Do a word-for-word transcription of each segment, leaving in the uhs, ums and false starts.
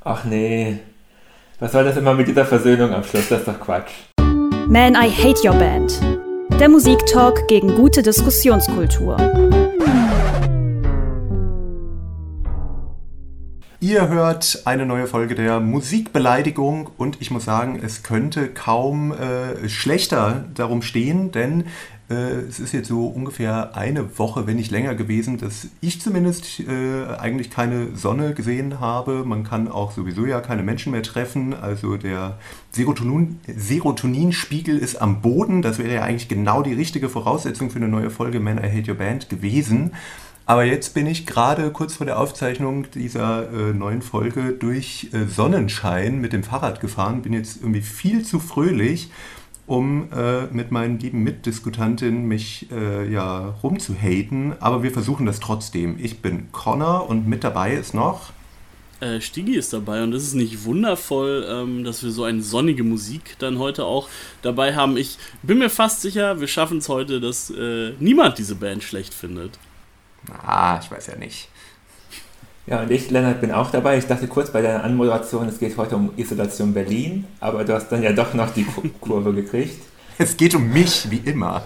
Ach nee, was soll das immer mit dieser Versöhnung am Schluss? Das ist doch Quatsch. Man, I Hate Your Band. Der Musiktalk gegen gute Diskussionskultur. Ihr hört eine neue Folge der Musikbeleidigung und ich muss sagen, es könnte kaum äh, schlechter darum stehen, denn äh, es ist jetzt so ungefähr eine Woche, wenn nicht länger gewesen, dass ich zumindest äh, eigentlich keine Sonne gesehen habe. Man kann auch sowieso ja keine Menschen mehr treffen, also der Serotonin, Serotoninspiegel ist am Boden. Das wäre ja eigentlich genau die richtige Voraussetzung für eine neue Folge Man, I Hate Your Band gewesen. Aber jetzt bin ich gerade kurz vor der Aufzeichnung dieser äh, neuen Folge durch äh, Sonnenschein mit dem Fahrrad gefahren. Bin jetzt irgendwie viel zu fröhlich, um äh, mit meinen lieben Mitdiskutantinnen mich äh, ja rumzuhaten. Aber wir versuchen das trotzdem. Ich bin Connor und mit dabei ist noch... Äh, Stigi ist dabei und es ist nicht wundervoll, ähm, dass wir so eine sonnige Musik dann heute auch dabei haben. Ich bin mir fast sicher, wir schaffen es heute, dass äh, niemand diese Band schlecht findet. Ah, ich weiß ja nicht. Ja, und ich, Lennart, bin auch dabei. Ich dachte kurz bei deiner Anmoderation, es geht heute um Isolation Berlin, aber du hast dann ja doch noch die Kurve gekriegt. Es geht um mich, wie immer.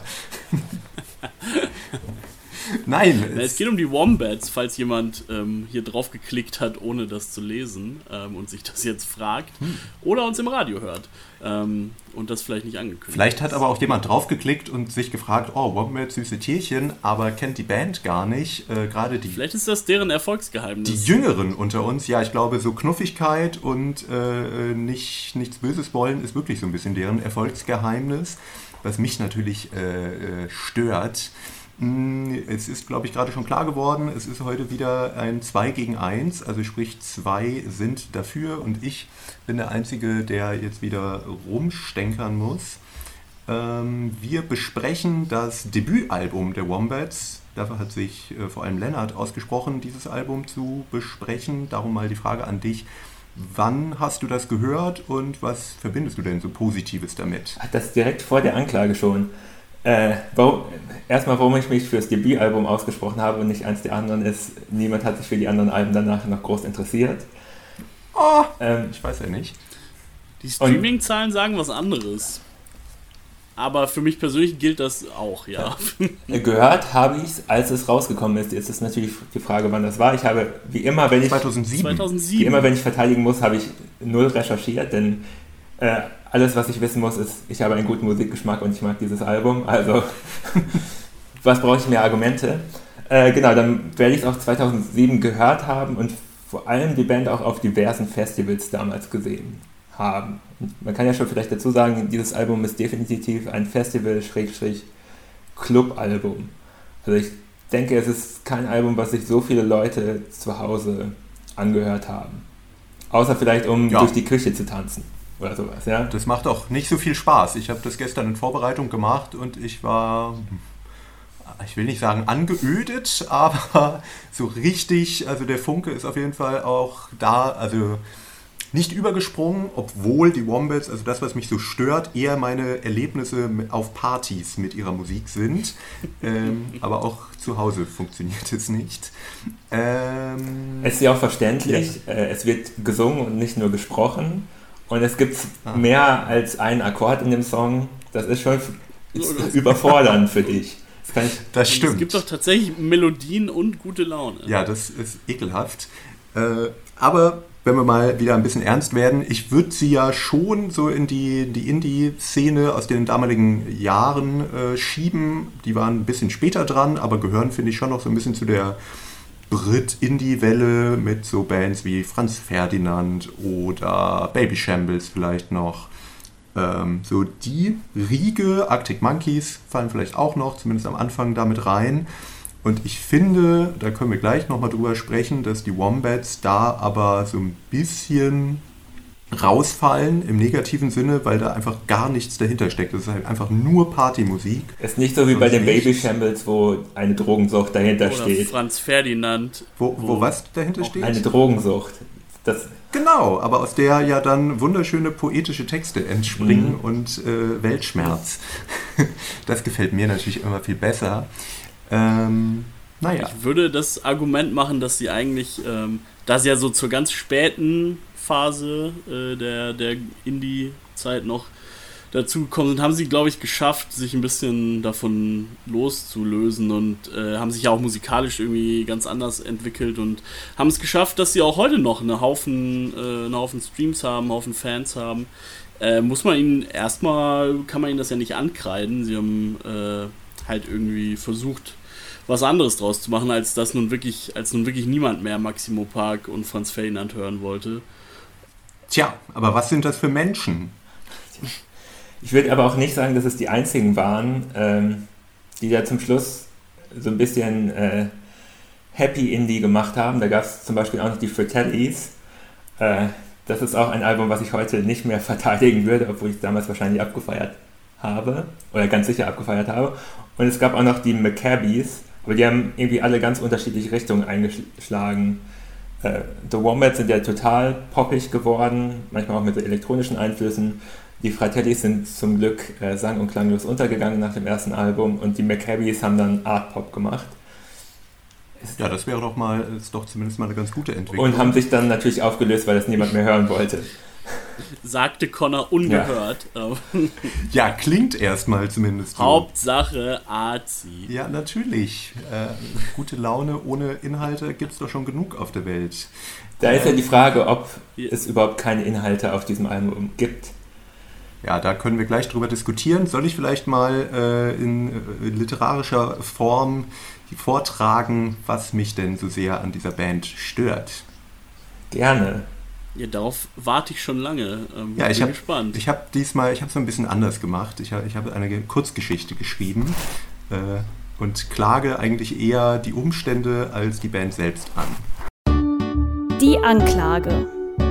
Nein. Es, es geht um die Wombats, falls jemand ähm, hier drauf geklickt hat, ohne das zu lesen ähm, und sich das jetzt fragt hm. oder uns im Radio hört ähm, und das vielleicht nicht angekündigt. Vielleicht hat aber auch jemand draufgeklickt und sich gefragt, oh, Wombats, süße Tierchen, aber kennt die Band gar nicht. Äh, gerade die. Vielleicht ist das deren Erfolgsgeheimnis. Die Jüngeren unter uns, ja, ich glaube, so Knuffigkeit und äh, nicht, nichts Böses wollen ist wirklich so ein bisschen deren Erfolgsgeheimnis, was mich natürlich äh, stört. Es ist, glaube ich, gerade schon klar geworden, es ist heute wieder ein zwei gegen eins, also sprich zwei sind dafür und ich bin der Einzige, der jetzt wieder rumstenkern muss. Ähm, wir besprechen das Debütalbum der Wombats, dafür hat sich äh, vor allem Lennart ausgesprochen, dieses Album zu besprechen. Darum mal die Frage an dich, wann hast du das gehört und was verbindest du denn so Positives damit? Das direkt vor der Anklage schon. Äh, warum, erstmal, warum ich mich für das Debütalbum ausgesprochen habe und nicht eins der anderen ist, niemand hat sich für die anderen Alben danach noch groß interessiert. Oh, ähm, ich weiß ja nicht. Die Streaming-Zahlen sagen was anderes. Aber für mich persönlich gilt das auch, ja. ja. Gehört habe ich es, als es rausgekommen ist. Jetzt ist natürlich die Frage, wann das war. Ich habe, wie immer, wenn ich, zweitausendsieben. zweitausendsieben. Wie immer, wenn ich verteidigen muss, habe ich null recherchiert, denn äh, alles, was ich wissen muss, ist, ich habe einen guten Musikgeschmack und ich mag dieses Album. Also, was brauche ich mehr Argumente? Äh, genau, dann werde ich es auch zweitausendsieben gehört haben und vor allem die Band auch auf diversen Festivals damals gesehen haben. Und man kann ja schon vielleicht dazu sagen, dieses Album ist definitiv ein Festival-Club-Album. Also ich denke, es ist kein Album, was sich so viele Leute zu Hause angehört haben. Außer vielleicht, um ja. durch die Küche zu tanzen. Oder sowas, ja? Das macht auch nicht so viel Spaß. Ich habe das gestern in Vorbereitung gemacht und ich war, ich will nicht sagen angeödet, aber so richtig, also der Funke ist auf jeden Fall auch da, also nicht übergesprungen, obwohl die Wombats, also das, was mich so stört, eher meine Erlebnisse auf Partys mit ihrer Musik sind. Ähm, aber auch zu Hause funktioniert es nicht. Ähm, es ist ja auch verständlich, ja. Äh, es wird gesungen und nicht nur gesprochen. Und es gibt ah. mehr als einen Akkord in dem Song. Das ist schon überfordernd für dich. Das, kann ich, das stimmt. Es gibt doch tatsächlich Melodien und gute Laune. Ja, das ist ekelhaft. Äh, aber wenn wir mal wieder ein bisschen ernst werden, ich würde sie ja schon so in die, die Indie-Szene aus den damaligen Jahren äh, schieben. Die waren ein bisschen später dran, aber gehören, finde ich, schon noch so ein bisschen zu der Brit-Indie-Welle mit so Bands wie Franz Ferdinand oder Baby Shambles vielleicht noch. Ähm, so die Riege, Arctic Monkeys fallen vielleicht auch noch, zumindest am Anfang damit rein. Und ich finde, da können wir gleich nochmal drüber sprechen, dass die Wombats da aber so ein bisschen rausfallen im negativen Sinne, weil da einfach gar nichts dahinter steckt. Das ist halt einfach nur Partymusik. Es ist nicht so wie bei den Baby Shambles, wo eine Drogensucht dahinter Oder steht. Franz Ferdinand. Wo, wo, wo was dahinter steht? Eine Drogensucht. Das genau, aber aus der ja dann wunderschöne poetische Texte entspringen mhm. und äh, Weltschmerz. Das gefällt mir natürlich immer viel besser. Ähm, naja. Ich würde das Argument machen, dass sie eigentlich, ähm, da sie ja so zur ganz späten Hochphase äh, der, der Indie-Zeit noch dazu gekommen sind, haben sie, glaube ich, geschafft, sich ein bisschen davon loszulösen und äh, haben sich ja auch musikalisch irgendwie ganz anders entwickelt und haben es geschafft, dass sie auch heute noch einen Haufen, äh, einen Haufen Streams haben, einen Haufen Fans haben. Äh, muss man ihnen erstmal, kann man ihnen das ja nicht ankreiden. Sie haben äh, halt irgendwie versucht, was anderes draus zu machen, als das nun wirklich, als nun wirklich niemand mehr Maximo Park und Franz Ferdinand hören wollte. Tja, aber was sind das für Menschen? Ich würde aber auch nicht sagen, dass es die einzigen waren, ähm, die da zum Schluss so ein bisschen äh, Happy Indie gemacht haben. Da gab es zum Beispiel auch noch die Fratellis. Äh, das ist auch ein Album, was ich heute nicht mehr verteidigen würde, obwohl ich es damals wahrscheinlich abgefeiert habe oder ganz sicher abgefeiert habe. Und es gab auch noch die Maccabees, aber die haben irgendwie alle ganz unterschiedliche Richtungen eingeschlagen. Äh, The Wombats sind ja total poppig geworden, manchmal auch mit so elektronischen Einflüssen. Die Fratellis sind zum Glück äh, sang- und klanglos untergegangen nach dem ersten Album und die Maccabees haben dann Art-Pop gemacht. Ja, das wäre doch mal, ist doch zumindest mal eine ganz gute Entwicklung. Und haben sich dann natürlich aufgelöst, weil das niemand mehr hören wollte. Sagte Connor ungehört. Ja, ja, klingt erstmal zumindest so. Hauptsache Azi. Ja, natürlich. Äh, gute Laune ohne Inhalte gibt es doch schon genug auf der Welt. Da ist ja die Frage, ob es überhaupt keine Inhalte auf diesem Album gibt. Ja, da können wir gleich drüber diskutieren. Soll ich vielleicht mal äh, in äh, literarischer Form vortragen, was mich denn so sehr an dieser Band stört? Gerne. Ja, darauf warte ich schon lange. Ähm, ja, ich bin hab, gespannt. Ich habe diesmal, ich habe es ein bisschen anders gemacht. Ich habe ich hab eine Kurzgeschichte geschrieben äh, und klage eigentlich eher die Umstände als die Band selbst an. Die Anklage.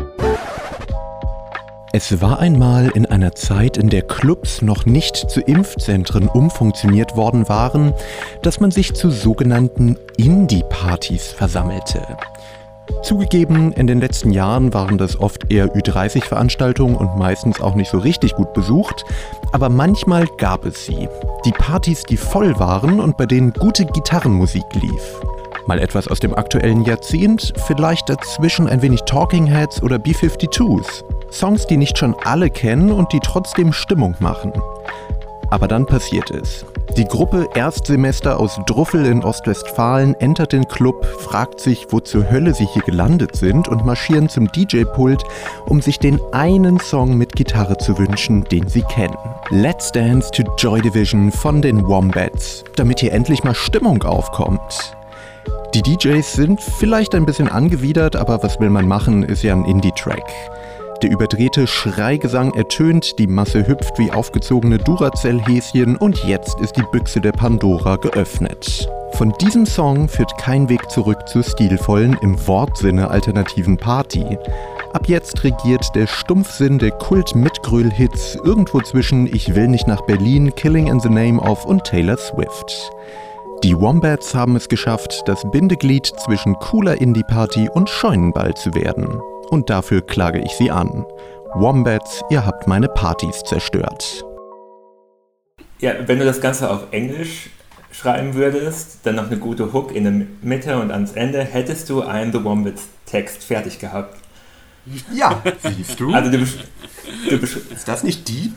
Es war einmal in einer Zeit, in der Clubs noch nicht zu Impfzentren umfunktioniert worden waren, dass man sich zu sogenannten Indie-Partys versammelte. Zugegeben, in den letzten Jahren waren das oft eher Ü dreißig Veranstaltungen und meistens auch nicht so richtig gut besucht, aber manchmal gab es sie. Die Partys, die voll waren und bei denen gute Gitarrenmusik lief. Mal etwas aus dem aktuellen Jahrzehnt, vielleicht dazwischen ein wenig Talking Heads oder B fünfundfünfzig's. Songs, die nicht schon alle kennen und die trotzdem Stimmung machen. Aber dann passiert es. Die Gruppe Erstsemester aus Druffel in Ostwestfalen entert den Club, fragt sich, wo zur Hölle sie hier gelandet sind und marschieren zum D J-Pult, um sich den einen Song mit Gitarre zu wünschen, den sie kennen. Let's Dance to Joy Division von den Wombats, damit hier endlich mal Stimmung aufkommt. Die D Js sind vielleicht ein bisschen angewidert, aber was will man machen, ist ja ein Indie-Track. Der überdrehte Schreigesang ertönt, die Masse hüpft wie aufgezogene Duracell-Häschen und jetzt ist die Büchse der Pandora geöffnet. Von diesem Song führt kein Weg zurück zur stilvollen, im Wortsinne alternativen Party. Ab jetzt regiert der Stumpfsinn der Kult-Mitgröl-Hits irgendwo zwischen Ich will nicht nach Berlin, Killing in the Name of und Taylor Swift. Die Wombats haben es geschafft, das Bindeglied zwischen cooler Indie-Party und Scheunenball zu werden. Und dafür klage ich sie an. Wombats, ihr habt meine Partys zerstört. Ja, wenn du das Ganze auf Englisch schreiben würdest, dann noch eine gute Hook in der Mitte und ans Ende, hättest du einen The Wombats Text fertig gehabt. Ja, siehst du? Also du, besch- du besch- Ist das nicht deep?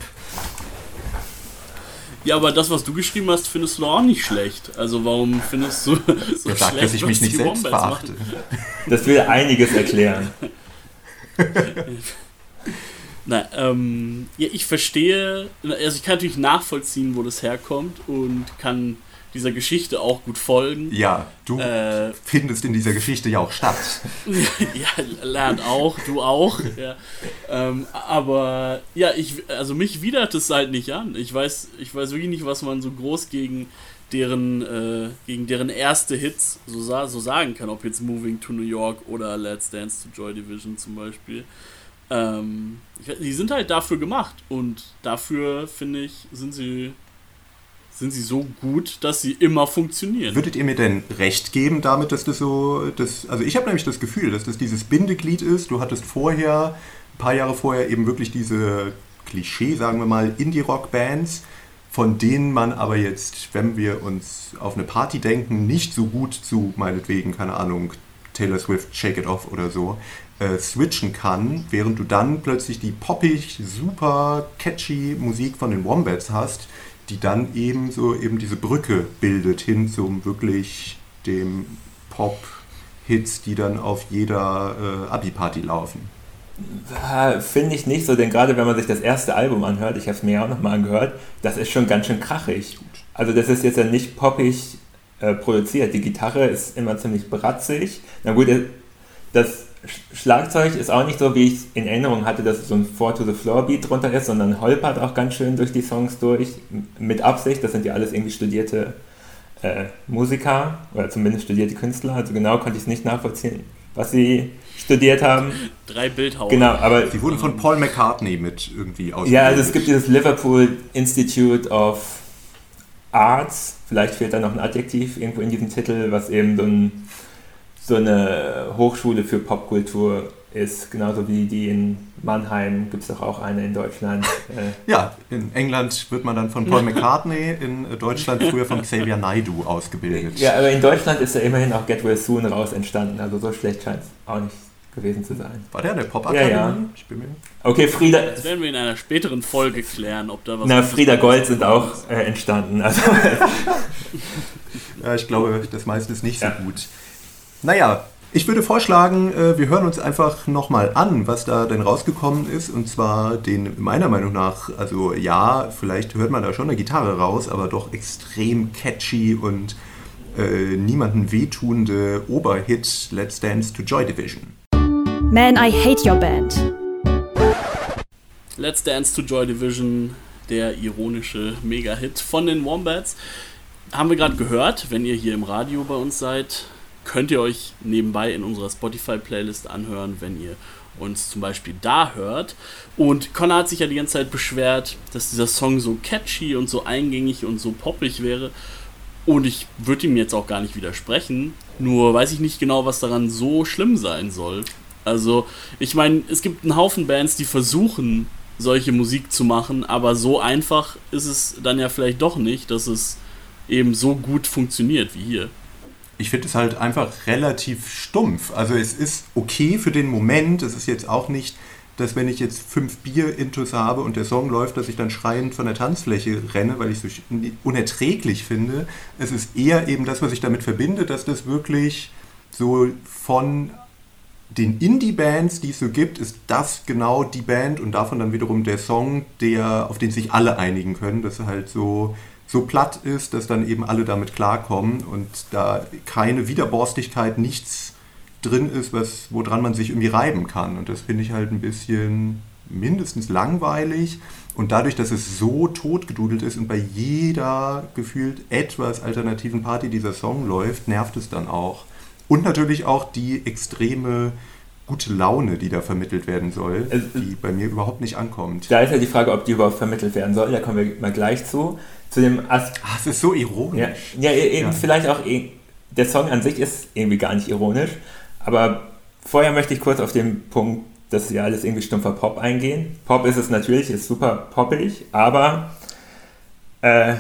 Ja, aber das, was du geschrieben hast, findest du auch nicht schlecht. Also warum findest du so Er sagt, schlecht, dass ich mich was nicht die selbst Wombats verachte. machen? Das will einiges erklären. Na, ähm, ja, ich verstehe, also ich kann natürlich nachvollziehen, wo das herkommt und kann dieser Geschichte auch gut folgen. Ja, du Äh, findest in dieser Geschichte ja auch statt. ja, lernt auch, du auch. Ja. Ähm, aber ja, ich, also mich widert es halt nicht an. Ich weiß, ich weiß wirklich nicht, was man so groß gegen deren, äh, gegen deren erste Hits so, sa- so sagen kann. Ob jetzt Moving to New York oder Let's Dance to Joy Division zum Beispiel. Ähm, ich, die sind halt dafür gemacht und dafür, finde ich, sind sie... sind sie so gut, dass sie immer funktionieren. Würdet ihr mir denn recht geben damit, dass das so, das, also ich habe nämlich das Gefühl, dass das dieses Bindeglied ist. Du hattest vorher, ein paar Jahre vorher eben wirklich diese Klischee, sagen wir mal, Indie-Rock-Bands, von denen man aber jetzt, wenn wir uns auf eine Party denken, nicht so gut zu, meinetwegen, keine Ahnung, Taylor Swift Shake It Off oder so, äh, switchen kann, während du dann plötzlich die poppig, super catchy Musik von den Wombats hast, die dann eben so eben diese Brücke bildet hin zum wirklich dem Pop-Hits, die dann auf jeder äh, Abi-Party laufen. Finde ich nicht so, denn gerade wenn man sich das erste Album anhört, ich habe es mir ja auch nochmal angehört, das ist schon ganz schön krachig. Also das ist jetzt ja nicht poppig äh, produziert. Die Gitarre ist immer ziemlich bratzig. Na gut, das Schlagzeug ist auch nicht so, wie ich es in Erinnerung hatte, dass so ein Four-to-the-Floor-Beat drunter ist, sondern holpert auch ganz schön durch die Songs durch, mit Absicht. Das sind ja alles irgendwie studierte äh, Musiker oder zumindest studierte Künstler. Also genau konnte ich es nicht nachvollziehen, was sie studiert haben. Drei Bildhauer. Genau, aber die wurden von Paul McCartney mit irgendwie ausgebildet. Ja, also es gibt dieses Liverpool Institute of Arts, vielleicht fehlt da noch ein Adjektiv irgendwo in diesem Titel, was eben so, ein, so eine Hochschule für Popkultur ist, genauso wie die in Mannheim, gibt es doch auch eine in Deutschland. Äh ja, in England wird man dann von Paul McCartney, in Deutschland früher von Xavier Naidoo ausgebildet. Ja, aber in Deutschland ist ja immerhin auch Get Well Soon raus entstanden, also so schlecht scheint es auch nicht gewesen zu sein. War der in der Pop-Akademie? Ja, ja. Ich bin mir... Okay, Frieda... Das werden wir in einer späteren Folge klären, ob da was... Na, Frieda Gold sind auch äh, entstanden. Also ja, ich glaube, das meiste ist nicht so ja. gut. Naja, ich würde vorschlagen, wir hören uns einfach nochmal an, was da denn rausgekommen ist. Und zwar den, meiner Meinung nach, also ja, vielleicht hört man da schon eine Gitarre raus, aber doch extrem catchy und äh, niemanden wehtuende Oberhit Let's Dance to Joy Division. Man, I Hate Your Band. Let's Dance to Joy Division, der ironische Mega-Hit von den Wombats. Haben wir gerade gehört, wenn ihr hier im Radio bei uns seid, könnt ihr euch nebenbei in unserer Spotify-Playlist anhören, wenn ihr uns zum Beispiel da hört. Und Connor hat sich ja die ganze Zeit beschwert, dass dieser Song so catchy und so eingängig und so poppig wäre. Und ich würde ihm jetzt auch gar nicht widersprechen, nur weiß ich nicht genau, was daran so schlimm sein soll. Also, ich meine, es gibt einen Haufen Bands, die versuchen, solche Musik zu machen, aber so einfach ist es dann ja vielleicht doch nicht, dass es eben so gut funktioniert wie hier. Ich finde es halt einfach relativ stumpf. Also es ist okay für den Moment. Es ist jetzt auch nicht, dass wenn ich jetzt fünf Bier-Intus habe und der Song läuft, dass ich dann schreiend von der Tanzfläche renne, weil ich es so unerträglich finde. Es ist eher eben das, was ich damit verbinde, dass das wirklich so von den Indie-Bands, die es so gibt, ist das genau die Band und davon dann wiederum der Song, der, auf den sich alle einigen können, dass er halt so... so platt ist, dass dann eben alle damit klarkommen und da keine Widerborstigkeit, nichts drin ist, was, woran man sich irgendwie reiben kann. Und das finde ich halt ein bisschen mindestens langweilig. Und dadurch, dass es so totgedudelt ist und bei jeder gefühlt etwas alternativen Party dieser Song läuft, nervt es dann auch. Und natürlich auch die extreme gute Laune, die da vermittelt werden soll, also, die bei mir überhaupt nicht ankommt. Da ist ja die Frage, ob die überhaupt vermittelt werden soll, da kommen wir mal gleich zu. Zu dem As- Ach, es ist so ironisch. Ja, ja eben ja. Vielleicht auch, der Song an sich ist irgendwie gar nicht ironisch, aber vorher möchte ich kurz auf den Punkt, dass ja alles irgendwie stumpfer Pop eingehen. Pop ist es natürlich, ist super poppig, aber äh,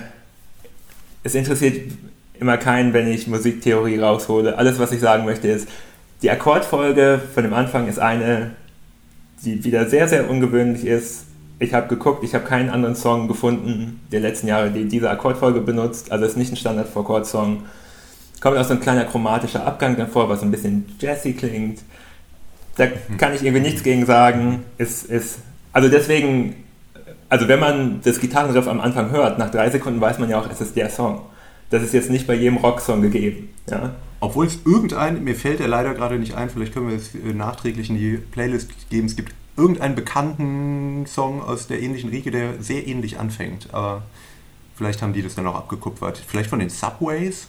es interessiert immer keinen, wenn ich Musiktheorie raushole. Alles, was ich sagen möchte, ist, die Akkordfolge von dem Anfang ist eine, die wieder sehr, sehr ungewöhnlich ist. Ich habe geguckt, ich habe keinen anderen Song gefunden der letzten Jahre, der diese Akkordfolge benutzt. Also es ist nicht ein Standard-Four-Chord-Song. Kommt auch so ein kleiner chromatischer Abgang davor, was ein bisschen jazzy klingt. Da kann ich irgendwie nichts gegen sagen. Ist, ist, also deswegen, also wenn man das Gitarrenriff am Anfang hört, nach drei Sekunden weiß man ja auch, es ist der Song. Das ist jetzt nicht bei jedem Rocksong gegeben. Ja? Obwohl es irgendein, mir fällt er leider gerade nicht ein, vielleicht können wir es nachträglich in die Playlist geben, es gibt irgendeinen bekannten Song aus der ähnlichen Riege, der sehr ähnlich anfängt, aber vielleicht haben die das dann auch abgekupfert. Vielleicht von den Subways?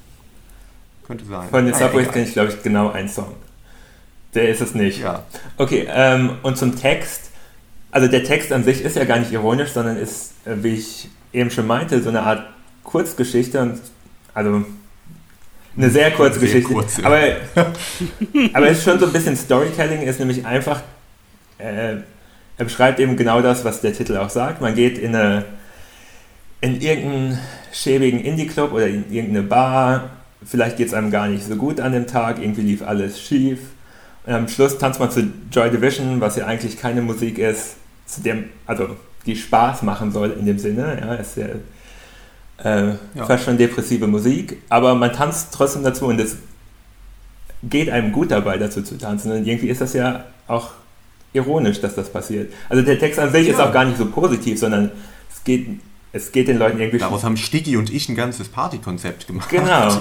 Könnte sein. Von den ah, Subways ja, kenne ich, glaube ich, genau einen Song. Der ist es nicht. Ja. Okay, ähm, und zum Text. Also der Text an sich ist ja gar nicht ironisch, sondern ist, wie ich eben schon meinte, so eine Art Kurzgeschichte. Und, also eine sehr kurze sehr Geschichte. Kurz, ja. Aber, aber es ist schon so ein bisschen Storytelling, ist nämlich einfach, äh, er beschreibt eben genau das, was der Titel auch sagt. Man geht in, eine, in irgendeinen schäbigen Indie-Club oder in irgendeine Bar vielleicht geht es einem gar nicht so gut an dem Tag, irgendwie lief alles schief. Und am Schluss tanzt man zu Joy Division, was ja eigentlich keine Musik ist, zu dem, also die Spaß machen soll in dem Sinne. Ja, ist ja, äh, ja. fast schon depressive Musik, aber man tanzt trotzdem dazu und es geht einem gut dabei, dazu zu tanzen. Und irgendwie ist das ja auch ironisch, dass das passiert. Also der Text an sich ja. ist auch gar nicht so positiv, sondern es geht, es geht den Leuten irgendwie... Daraus haben Stiggy und ich ein ganzes Partykonzept gemacht. Genau.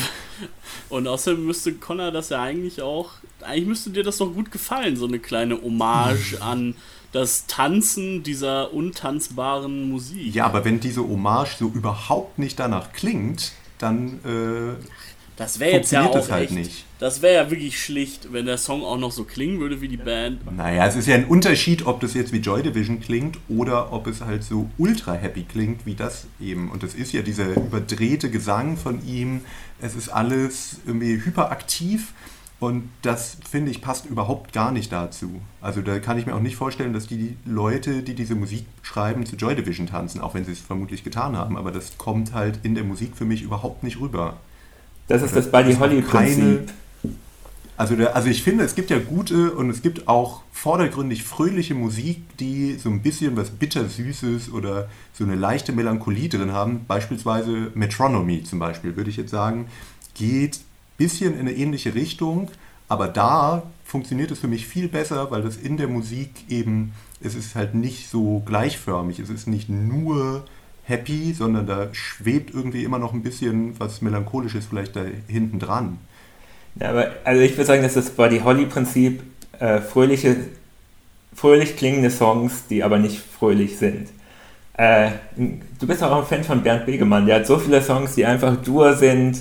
Und außerdem müsste Connor das ja eigentlich auch, eigentlich müsste dir das doch gut gefallen, so eine kleine Hommage an das Tanzen dieser untanzbaren Musik. Ja, aber wenn diese Hommage so überhaupt nicht danach klingt, dann äh, das wäre jetzt ja auch das halt echt, nicht. Das wäre ja wirklich schlicht, wenn der Song auch noch so klingen würde wie die Band. Naja, es ist ja ein Unterschied, ob das jetzt wie Joy Division klingt oder ob es halt so ultra happy klingt wie das eben. Und das ist ja dieser überdrehte Gesang von ihm. Es ist alles irgendwie hyperaktiv und das, finde ich, passt überhaupt gar nicht dazu. Also da kann ich mir auch nicht vorstellen, dass die Leute, die diese Musik schreiben, zu Joy Division tanzen, auch wenn sie es vermutlich getan haben. Aber das kommt halt in der Musik für mich überhaupt nicht rüber. Das ist das Buddy Holly-Prinzip. Also, der, also ich finde, es gibt ja gute und es gibt auch vordergründig fröhliche Musik, die so ein bisschen was Bittersüßes oder so eine leichte Melancholie drin haben. Beispielsweise Metronomy zum Beispiel, würde ich jetzt sagen, geht ein bisschen in eine ähnliche Richtung, aber da funktioniert es für mich viel besser, weil das in der Musik eben, es ist halt nicht so gleichförmig, es ist nicht nur happy, sondern da schwebt irgendwie immer noch ein bisschen was Melancholisches vielleicht da hinten dran. Ja, aber also ich würde sagen, das ist das Buddy Holly-Prinzip, äh, fröhliche, fröhlich klingende Songs, die aber nicht fröhlich sind. Äh, du bist auch ein Fan von Bernd Begemann, der hat so viele Songs, die einfach dur sind,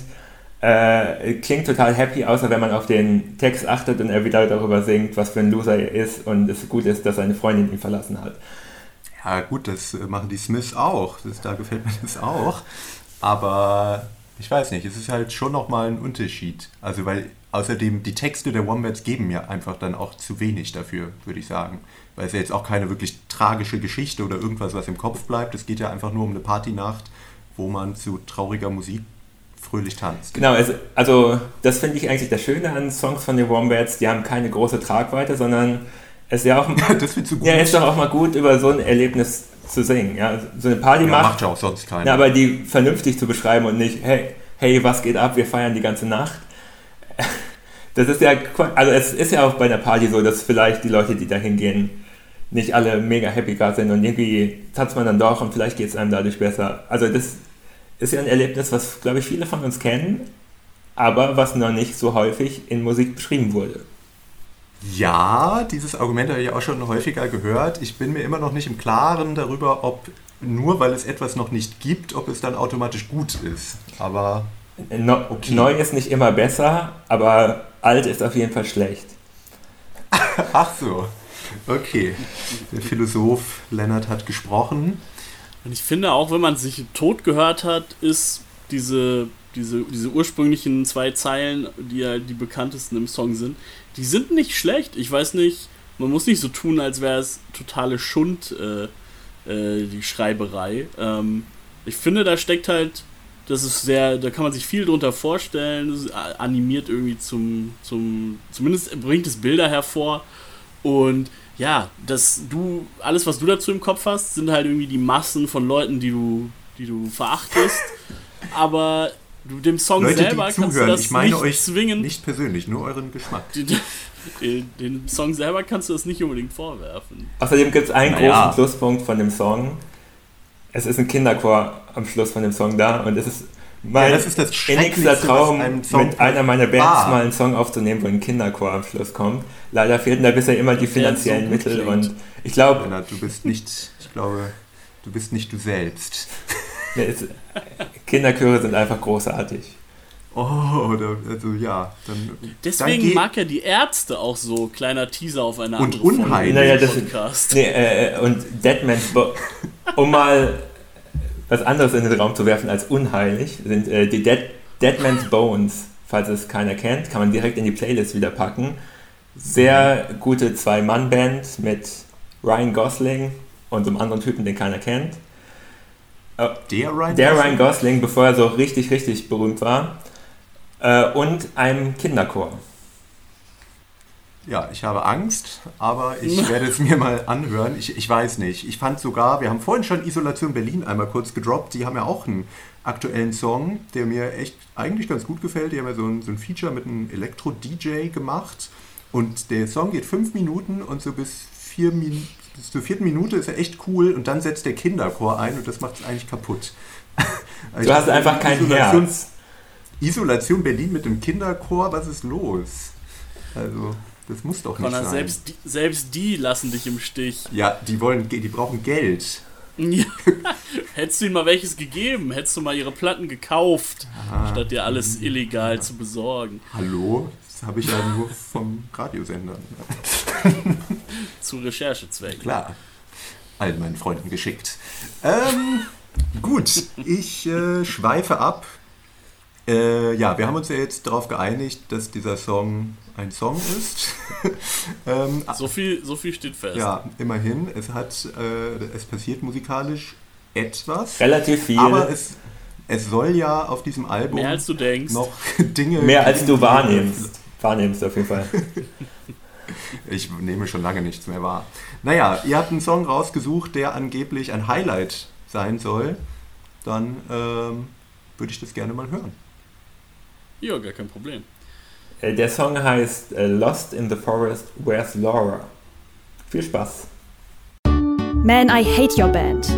äh, klingt total happy, außer wenn man auf den Text achtet und er wieder darüber singt, was für ein Loser er ist und es gut ist, dass seine Freundin ihn verlassen hat. Ja gut, das machen die Smiths auch, das, da gefällt mir das auch, aber... Ich weiß nicht, es ist halt schon nochmal ein Unterschied. Also weil außerdem die Texte der Wombats geben mir einfach dann auch zu wenig dafür, würde ich sagen. Weil es ja jetzt auch keine wirklich tragische Geschichte oder irgendwas, was im Kopf bleibt. Es geht ja einfach nur um eine Partynacht, wo man zu trauriger Musik fröhlich tanzt. Genau, also, also das finde ich eigentlich das Schöne an Songs von den Wombats. Die haben keine große Tragweite, sondern es ist ja auch, das wird zu gut. Ja, ist doch auch mal gut, über so ein Erlebnis zu singen. Ja? So eine Party ja, macht, macht ja auch sonst keiner. Ja, aber die vernünftig zu beschreiben und nicht, hey, hey, was geht ab, wir feiern die ganze Nacht. Das ist ja, also es ist ja auch bei einer Party so, dass vielleicht die Leute, die da hingehen, nicht alle mega happy gerade sind und irgendwie tanzt man dann doch und vielleicht geht es einem dadurch besser. Also das ist ja ein Erlebnis, was, glaube ich, viele von uns kennen, aber was noch nicht so häufig in Musik beschrieben wurde. Ja, dieses Argument habe ich auch schon häufiger gehört. Ich bin mir immer noch nicht im Klaren darüber, ob nur weil es etwas noch nicht gibt, ob es dann automatisch gut ist. Aber no, okay. Neu ist nicht immer besser, aber alt ist auf jeden Fall schlecht. Ach so, okay. Der Philosoph Lennart hat gesprochen. Und ich finde auch, wenn man sich tot gehört hat, ist diese, diese, diese ursprünglichen zwei Zeilen, die ja die bekanntesten im Song sind, die sind nicht schlecht. Ich weiß nicht, man muss nicht so tun, als wäre es totale Schund, äh, äh, die Schreiberei. Ähm, ich finde, da steckt halt, das ist sehr, da kann man sich viel drunter vorstellen, das animiert irgendwie zum, zum, zumindest bringt es Bilder hervor und ja, das du, alles was du dazu im Kopf hast, sind halt irgendwie die Massen von Leuten, die du, die du verachtest, aber du dem Song Leute, selber die kannst zuhören, du das ich meine nicht euch zwingen. Nicht persönlich, nur euren Geschmack. Den, den Song selber kannst du das nicht unbedingt vorwerfen. Außerdem gibt es einen naja. großen Pluspunkt von dem Song. Es ist ein Kinderchor am Schluss von dem Song da und es ist mein ja, das ist das innigster Traum, mit einer meiner Bands ah. mal einen Song aufzunehmen, wo ein Kinderchor am Schluss kommt. Leider fehlten da bisher immer die finanziellen so Mittel klingt. Und ich glaube... Du bist nicht, ich glaube, du bist nicht du selbst. Kinderchöre sind einfach großartig. Oh, oder, also ja. Dann, Deswegen dann mag er die Ärzte auch so, kleiner Teaser auf eine und andere unheilig. Naja, das Podcast. Nee, äh, und Deadman's Bo- um mal was anderes in den Raum zu werfen als unheilig, sind äh, die Dead, Deadman's Bones, falls es keiner kennt, kann man direkt in die Playlist wieder packen. Sehr gute Zwei-Mann-Band mit Ryan Gosling und so einem anderen Typen, den keiner kennt. Der Ryan Der Gosling? Ryan Gosling, bevor er so richtig, richtig berühmt war. Äh, und einem Kinderchor. Ja, ich habe Angst, aber ich werde es mir mal anhören. Ich, ich weiß nicht. Ich fand sogar, wir haben vorhin schon Isolation Berlin einmal kurz gedroppt. Die haben ja auch einen aktuellen Song, der mir echt eigentlich ganz gut gefällt. Die haben ja so ein, so ein Feature mit einem Elektro-D J gemacht. Und der Song geht fünf Minuten und so bis, vier Min- bis zur vierten Minute ist er echt cool. Und dann setzt der Kinderchor ein und das macht es eigentlich kaputt. Du hast einfach kein Isolation, Herz. Isolation Berlin mit dem Kinderchor, was ist los? Also... Das muss doch nicht Connor, sein. Selbst die, selbst die lassen dich im Stich. Ja, die wollen, die brauchen Geld. Ja. Hättest du ihnen mal welches gegeben, hättest du mal ihre Platten gekauft, ah. statt dir alles illegal ja. zu besorgen. Hallo? Das habe ich ja nur vom Radiosender. Zu Recherchezwecken. Klar. All meinen Freunden geschickt. Ähm, gut, ich äh, schweife ab. Äh, ja, wir haben uns ja jetzt darauf geeinigt, dass dieser Song ein Song ist. ähm, so, viel, so viel steht fest. Ja, immerhin. Es hat, äh, es passiert musikalisch etwas. Relativ viel. Aber es, es soll ja auf diesem Album mehr als du denkst. noch Dinge... Mehr als du wahrnimmst. Wahrnimmst auf jeden Fall. Ich nehme schon lange nichts mehr wahr. Naja, ihr habt einen Song rausgesucht, der angeblich ein Highlight sein soll. Dann ähm, würde ich das gerne mal hören. Ja, gar kein Problem. Der Song heißt uh, Lost in the Forest, Where's Laura? Viel Spaß. Man, I Hate Your Band.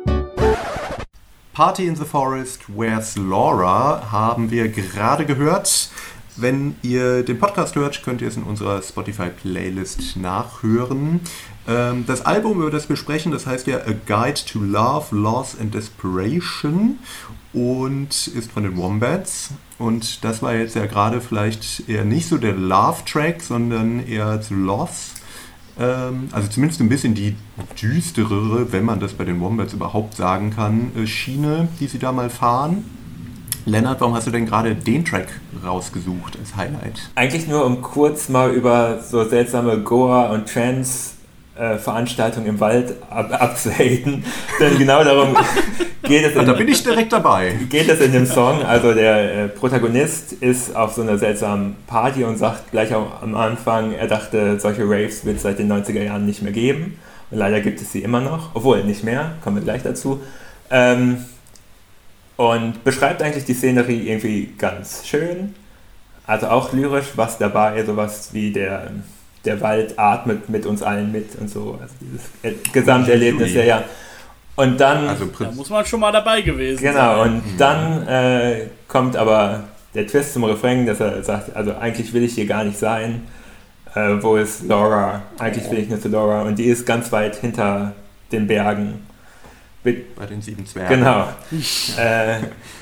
Party in the Forest, Where's Laura haben wir gerade gehört. Wenn ihr den Podcast hört, könnt ihr es in unserer Spotify-Playlist nachhören. Ähm, das Album, über das wir sprechen, das heißt ja A Guide to Love, Loss and Desperation und ist von den Wombats. Und das war jetzt ja gerade vielleicht eher nicht so der Love-Track, sondern eher zu Loss. Ähm, also zumindest ein bisschen die düsterere, wenn man das bei den Wombats überhaupt sagen kann, äh, Schiene, die sie da mal fahren. Lennart, warum hast du denn gerade den Track rausgesucht als Highlight? Eigentlich nur, um kurz mal über so seltsame Goa- und Trance-Veranstaltungen im Wald ab- abzuhaten. Denn genau darum geht es in, da bin ich direkt dabei. Geht es in dem Song. Also der äh, Protagonist ist auf so einer seltsamen Party und sagt gleich auch am Anfang, er dachte, solche Raves wird es seit den neunziger Jahren nicht mehr geben. Und leider gibt es sie immer noch. Obwohl, nicht mehr. Kommen wir gleich dazu. Ähm, Und beschreibt eigentlich die Szenerie irgendwie ganz schön. Also auch lyrisch, was dabei, sowas wie der, der Wald atmet mit uns allen mit und so. Also dieses Gesamterlebnis, ja, ja. Und dann... Also da muss man schon mal dabei gewesen genau, sein. Genau, und mhm. dann äh, kommt aber der Twist zum Refrain, dass er sagt, also eigentlich will ich hier gar nicht sein. Äh, wo ist Laura? Eigentlich will ich nur zu Laura. Und die ist ganz weit hinter den Bergen. Bei den sieben Zwergen. Genau. äh,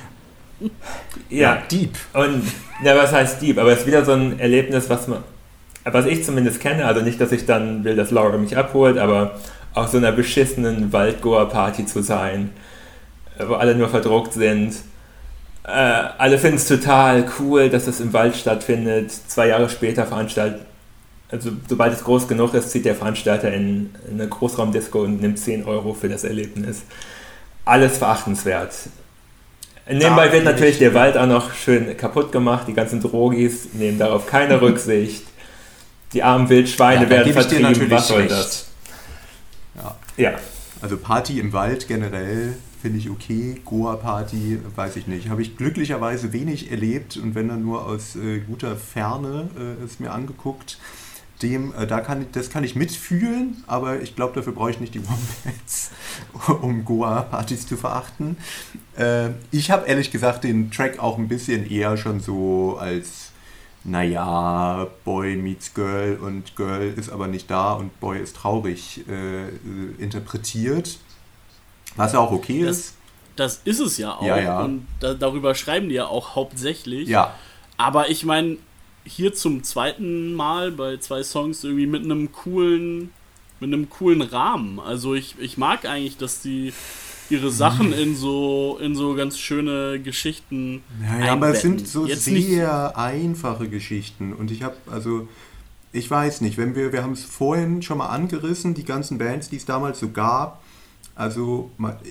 ja, ja, deep. Und, ja, was heißt deep? Aber es ist wieder so ein Erlebnis, was man, was ich zumindest kenne. Also nicht, dass ich dann will, dass Laura mich abholt, aber auf so einer beschissenen Waldgoer-Party zu sein, wo alle nur verdruckt sind. Äh, alle finden es total cool, dass das im Wald stattfindet. Zwei Jahre später veranstaltet. Also sobald es groß genug ist, zieht der Veranstalter in eine Großraumdisco und nimmt zehn Euro für das Erlebnis. Alles verachtenswert. Nebenbei wird natürlich der Wald auch noch schön kaputt gemacht. Die ganzen Drogis nehmen darauf keine Rücksicht. Die armen Wildschweine ja, werden vertrieben. Was soll das? Ja. ja. Also Party im Wald generell finde ich okay. Goa-Party, weiß ich nicht. Habe ich glücklicherweise wenig erlebt und wenn dann nur aus äh, guter Ferne äh, es mir angeguckt. Dem, äh, da kann ich, das kann ich mitfühlen, aber ich glaube, dafür brauche ich nicht die Wombats, um Goa-Partys zu verachten. Äh, ich habe ehrlich gesagt den Track auch ein bisschen eher schon so als, naja, Boy meets Girl und Girl ist aber nicht da und Boy ist traurig äh, interpretiert, was ja auch okay das, ist. Das ist es ja auch ja, ja. und da, darüber schreiben die ja auch hauptsächlich. Ja. Aber ich meine, hier zum zweiten Mal bei zwei Songs irgendwie mit einem coolen, mit einem coolen Rahmen. Also ich, ich mag eigentlich, dass die ihre Sachen in so in so ganz schöne Geschichten ja, ja, aber es sind so Jetzt sehr nicht einfache Geschichten und ich habe, also ich weiß nicht, wenn wir, wir haben es vorhin schon mal angerissen, die ganzen Bands, die es damals so gab, also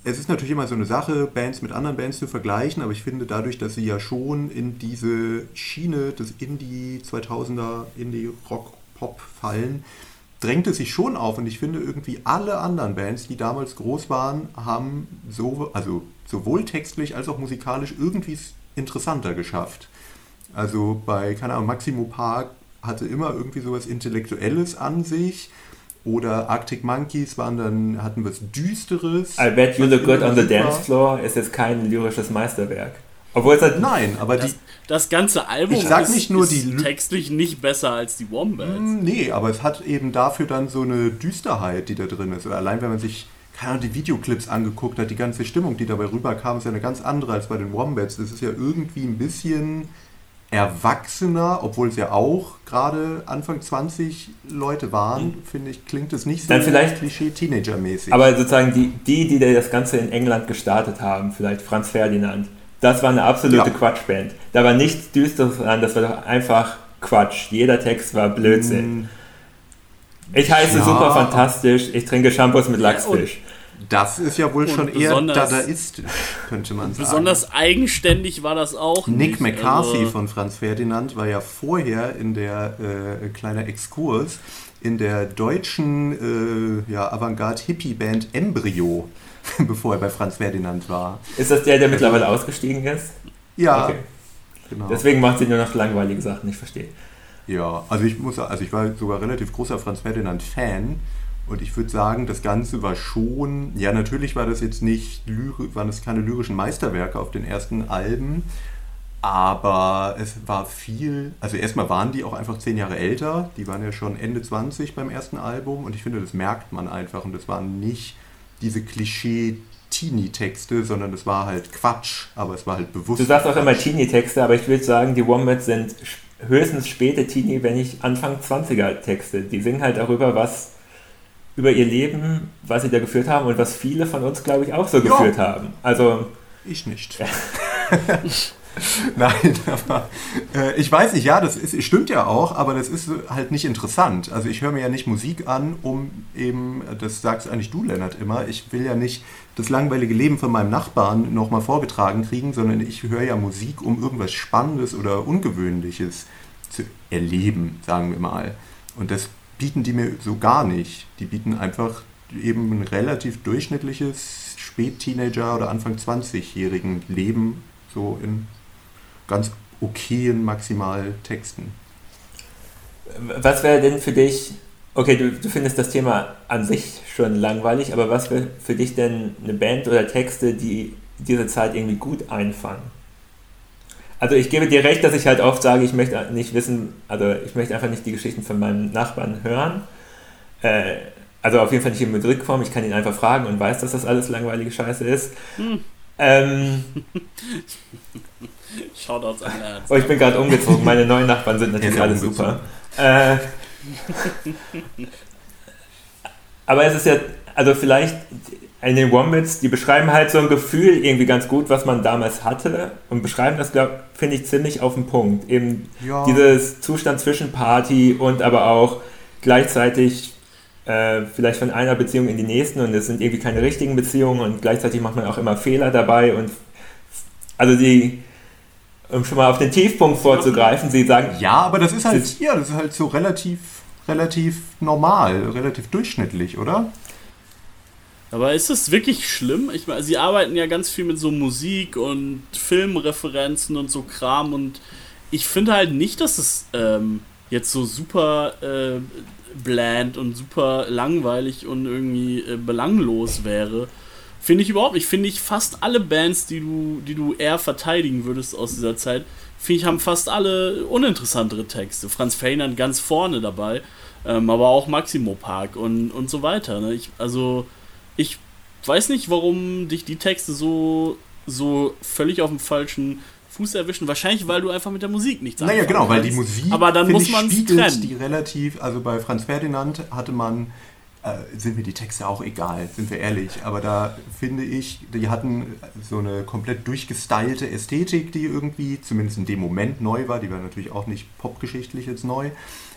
es ist natürlich immer so eine Sache, Bands mit anderen Bands zu vergleichen, aber ich finde dadurch, dass sie ja schon in diese Schiene des Indie zweitausender, Indie-Rock-Pop fallen, drängt es sich schon auf. Und ich finde irgendwie alle anderen Bands, die damals groß waren, haben so, also sowohl textlich als auch musikalisch irgendwie interessanter geschafft. Also bei, keine Ahnung, Maximo Park hatte immer irgendwie sowas Intellektuelles an sich. Oder Arctic Monkeys waren dann, hatten was Düsteres. I Bet You Look Good on the Dance Floor ist jetzt kein lyrisches Meisterwerk. Obwohl es halt Nein, aber das, die... Das ganze Album ich sag ist, nicht nur ist die, textlich nicht besser als die Wombats. Nee, aber es hat eben dafür dann so eine Düsterheit, die da drin ist. Oder allein wenn man sich, keine Ahnung, die Videoclips angeguckt hat, die ganze Stimmung, die dabei rüberkam, ist ja eine ganz andere als bei den Wombats. Das ist ja irgendwie ein bisschen erwachsener, obwohl es ja auch gerade Anfang zwanzig Leute waren, mhm. finde ich, klingt es nicht so dann vielleicht Klischee-Teenager-mäßig. Aber sozusagen die, die, die das Ganze in England gestartet haben, vielleicht Franz Ferdinand, das war eine absolute ja. Quatschband. Da war nichts Düsteres dran, das war doch einfach Quatsch. Jeder Text war Blödsinn. Mhm. Ich heiße ja. super fantastisch, ich trinke Shampoos mit Lachsfisch. Das ist ja wohl und schon eher dadaistisch, könnte man sagen. Besonders eigenständig war das auch Nick nicht. McCarthy also von Franz Ferdinand war ja vorher in der, äh, kleiner Exkurs, in der deutschen äh, ja, Avantgarde-Hippie-Band Embryo, bevor er bei Franz Ferdinand war. Ist das der, der mittlerweile ausgestiegen ist? Ja, okay. Genau. Deswegen macht sie nur noch langweilige Sachen, ich verstehe. Ja, also ich muss, also ich war sogar relativ großer Franz Ferdinand-Fan. Und ich würde sagen, das Ganze war schon, ja natürlich war das jetzt nicht, waren das keine lyrischen Meisterwerke auf den ersten Alben, aber es war viel, also erstmal waren die auch einfach zehn Jahre älter, die waren ja schon Ende zwanzig beim ersten Album und ich finde, das merkt man einfach und das waren nicht diese Klischee-Teenie-Texte, sondern das war halt Quatsch, aber es war halt bewusst. Du sagst auch Quatsch. immer Teenie-Texte, aber ich würde sagen, die Wombats sind höchstens späte Teenie, wenn nicht Anfang zwanziger-Texte. Die singen halt darüber, was über ihr Leben, was sie da geführt haben und was viele von uns, glaube ich, auch so ja. geführt haben. Also ich nicht. Nein, aber äh, ich weiß nicht, ja, das ist, stimmt ja auch, aber das ist halt nicht interessant. Also ich höre mir ja nicht Musik an, um eben, das sagst eigentlich du, Lennart, immer, ich will ja nicht das langweilige Leben von meinem Nachbarn nochmal vorgetragen kriegen, sondern ich höre ja Musik, um irgendwas Spannendes oder Ungewöhnliches zu erleben, sagen wir mal. Und das bieten die mir so gar nicht. Die bieten einfach eben ein relativ durchschnittliches Spät-Teenager- oder Anfang zwanzigjährigen Leben so in ganz okayen Maximaltexten. Was wäre denn für dich, okay, du, du findest das Thema an sich schon langweilig, aber was wäre für dich denn eine Band oder Texte, die diese Zeit irgendwie gut einfangen? Also ich gebe dir recht, dass ich halt oft sage, ich möchte nicht wissen, also ich möchte einfach nicht die Geschichten von meinem Nachbarn hören. Äh, also auf jeden Fall nicht in Musikform, ich kann ihn einfach fragen und weiß, dass das alles langweilige Scheiße ist. Hm. Ähm, Shoutouts an Ernst. Oh, ich bin gerade umgezogen, meine neuen Nachbarn sind natürlich alle super. Äh, aber es ist ja, also vielleicht in den Wombats, die beschreiben halt so ein Gefühl irgendwie ganz gut, was man damals hatte und beschreiben das, finde ich, ziemlich auf den Punkt. Eben ja. Dieses Zustand zwischen Party und aber auch gleichzeitig äh, vielleicht von einer Beziehung in die nächsten und es sind irgendwie keine richtigen Beziehungen und gleichzeitig macht man auch immer Fehler dabei und also die, um schon mal auf den Tiefpunkt vorzugreifen, sie sagen... Ja, aber das ist halt, ja, das ist halt so relativ, relativ normal, relativ durchschnittlich, oder? Aber ist es wirklich schlimm? Ich meine, sie arbeiten ja ganz viel mit so Musik und Filmreferenzen und so Kram und ich finde halt nicht, dass es ähm, jetzt so super äh, bland und super langweilig und irgendwie äh, belanglos wäre. Finde ich überhaupt nicht. Finde ich fast alle Bands, die du, die du eher verteidigen würdest aus dieser Zeit, finde ich, haben fast alle uninteressantere Texte. Franz Ferdinand ganz vorne dabei, ähm, aber auch Maximo Park und, und so weiter. Ne? Ich, also ich weiß nicht, warum dich die Texte so, so völlig auf dem falschen Fuß erwischen. Wahrscheinlich, weil du einfach mit der Musik nichts anfangen Naja, genau, weil die Musik, aber dann muss man es trennen. Die relativ, also bei Franz Ferdinand hatte man, äh, sind mir die Texte auch egal, sind wir ehrlich, aber da finde ich, die hatten so eine komplett durchgestylte Ästhetik, die irgendwie, zumindest in dem Moment neu war, die war natürlich auch nicht popgeschichtlich jetzt neu,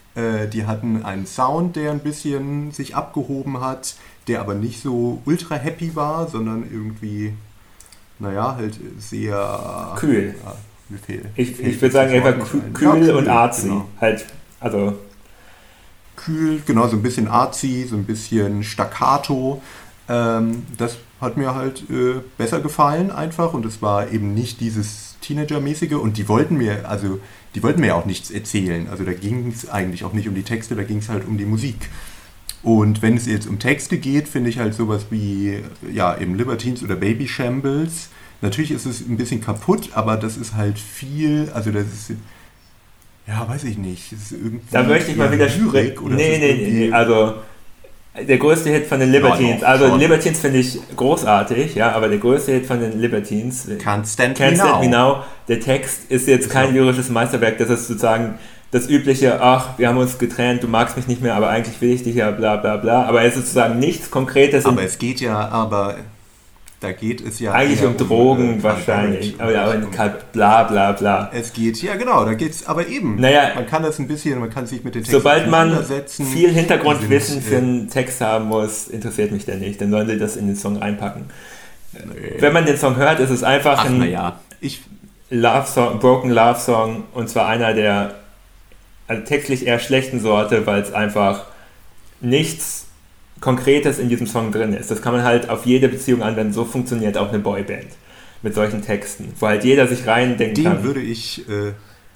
Äh, die hatten einen Sound, der ein bisschen sich abgehoben hat, der aber nicht so ultra happy war, sondern irgendwie, naja, halt sehr... Kühl. Ja, mir fehlt, Ich, fehlt ich würde sagen, er war kühl, ja, kühl kühl und artsy. Genau. Halt, also... Kühl, genau, so ein bisschen artsy, so ein bisschen staccato. Ähm, das hat mir halt äh, besser gefallen einfach und es war eben nicht dieses Teenager-mäßige und die wollten mir, also die wollten mir auch nichts erzählen. Also da ging es eigentlich auch nicht um die Texte, da ging es halt um die Musik. Und wenn es jetzt um Texte geht, finde ich halt sowas wie, ja, eben Libertines oder Baby Shambles. Natürlich ist es ein bisschen kaputt, aber das ist halt viel, also das ist... Ja, weiß ich nicht. Das ist irgendwie Da möchte ich mal wieder Lyrik oder Nee, nee, nee, also der größte Hit von den Libertines, Ja, also schon. Libertines finde ich großartig, ja, aber der größte Hit von den Libertines, Can't Stand Can't Me Stand Now. Me Now, der Text ist jetzt kein lyrisches Meisterwerk, das ist sozusagen das übliche, ach, wir haben uns getrennt, du magst mich nicht mehr, aber eigentlich will ich dich ja, bla bla bla, aber es ist sozusagen nichts Konkretes. Aber es geht ja, aber da geht es ja eigentlich eher um Drogen äh, wahrscheinlich, Carl aber, Barrett aber und- bla bla bla. Es geht, ja genau, da geht es aber eben. Naja, man kann das ein bisschen, man kann sich mit den Texten Sobald man auseinandersetzen. viel Hintergrundwissen Die sind, für einen Text haben muss, interessiert mich der nicht. Dann sollen sie das in den Song reinpacken. Nee. Wenn man den Song hört, ist es einfach Ach, ein naja, ich, Love Song, Broken Love Song und zwar einer der also textlich eher schlechten Sorte, weil es einfach nichts Konkretes in diesem Song drin ist. Das kann man halt auf jede Beziehung anwenden. So funktioniert auch eine Boyband mit solchen Texten, wo halt jeder sich reindenken dem kann. würde ich äh,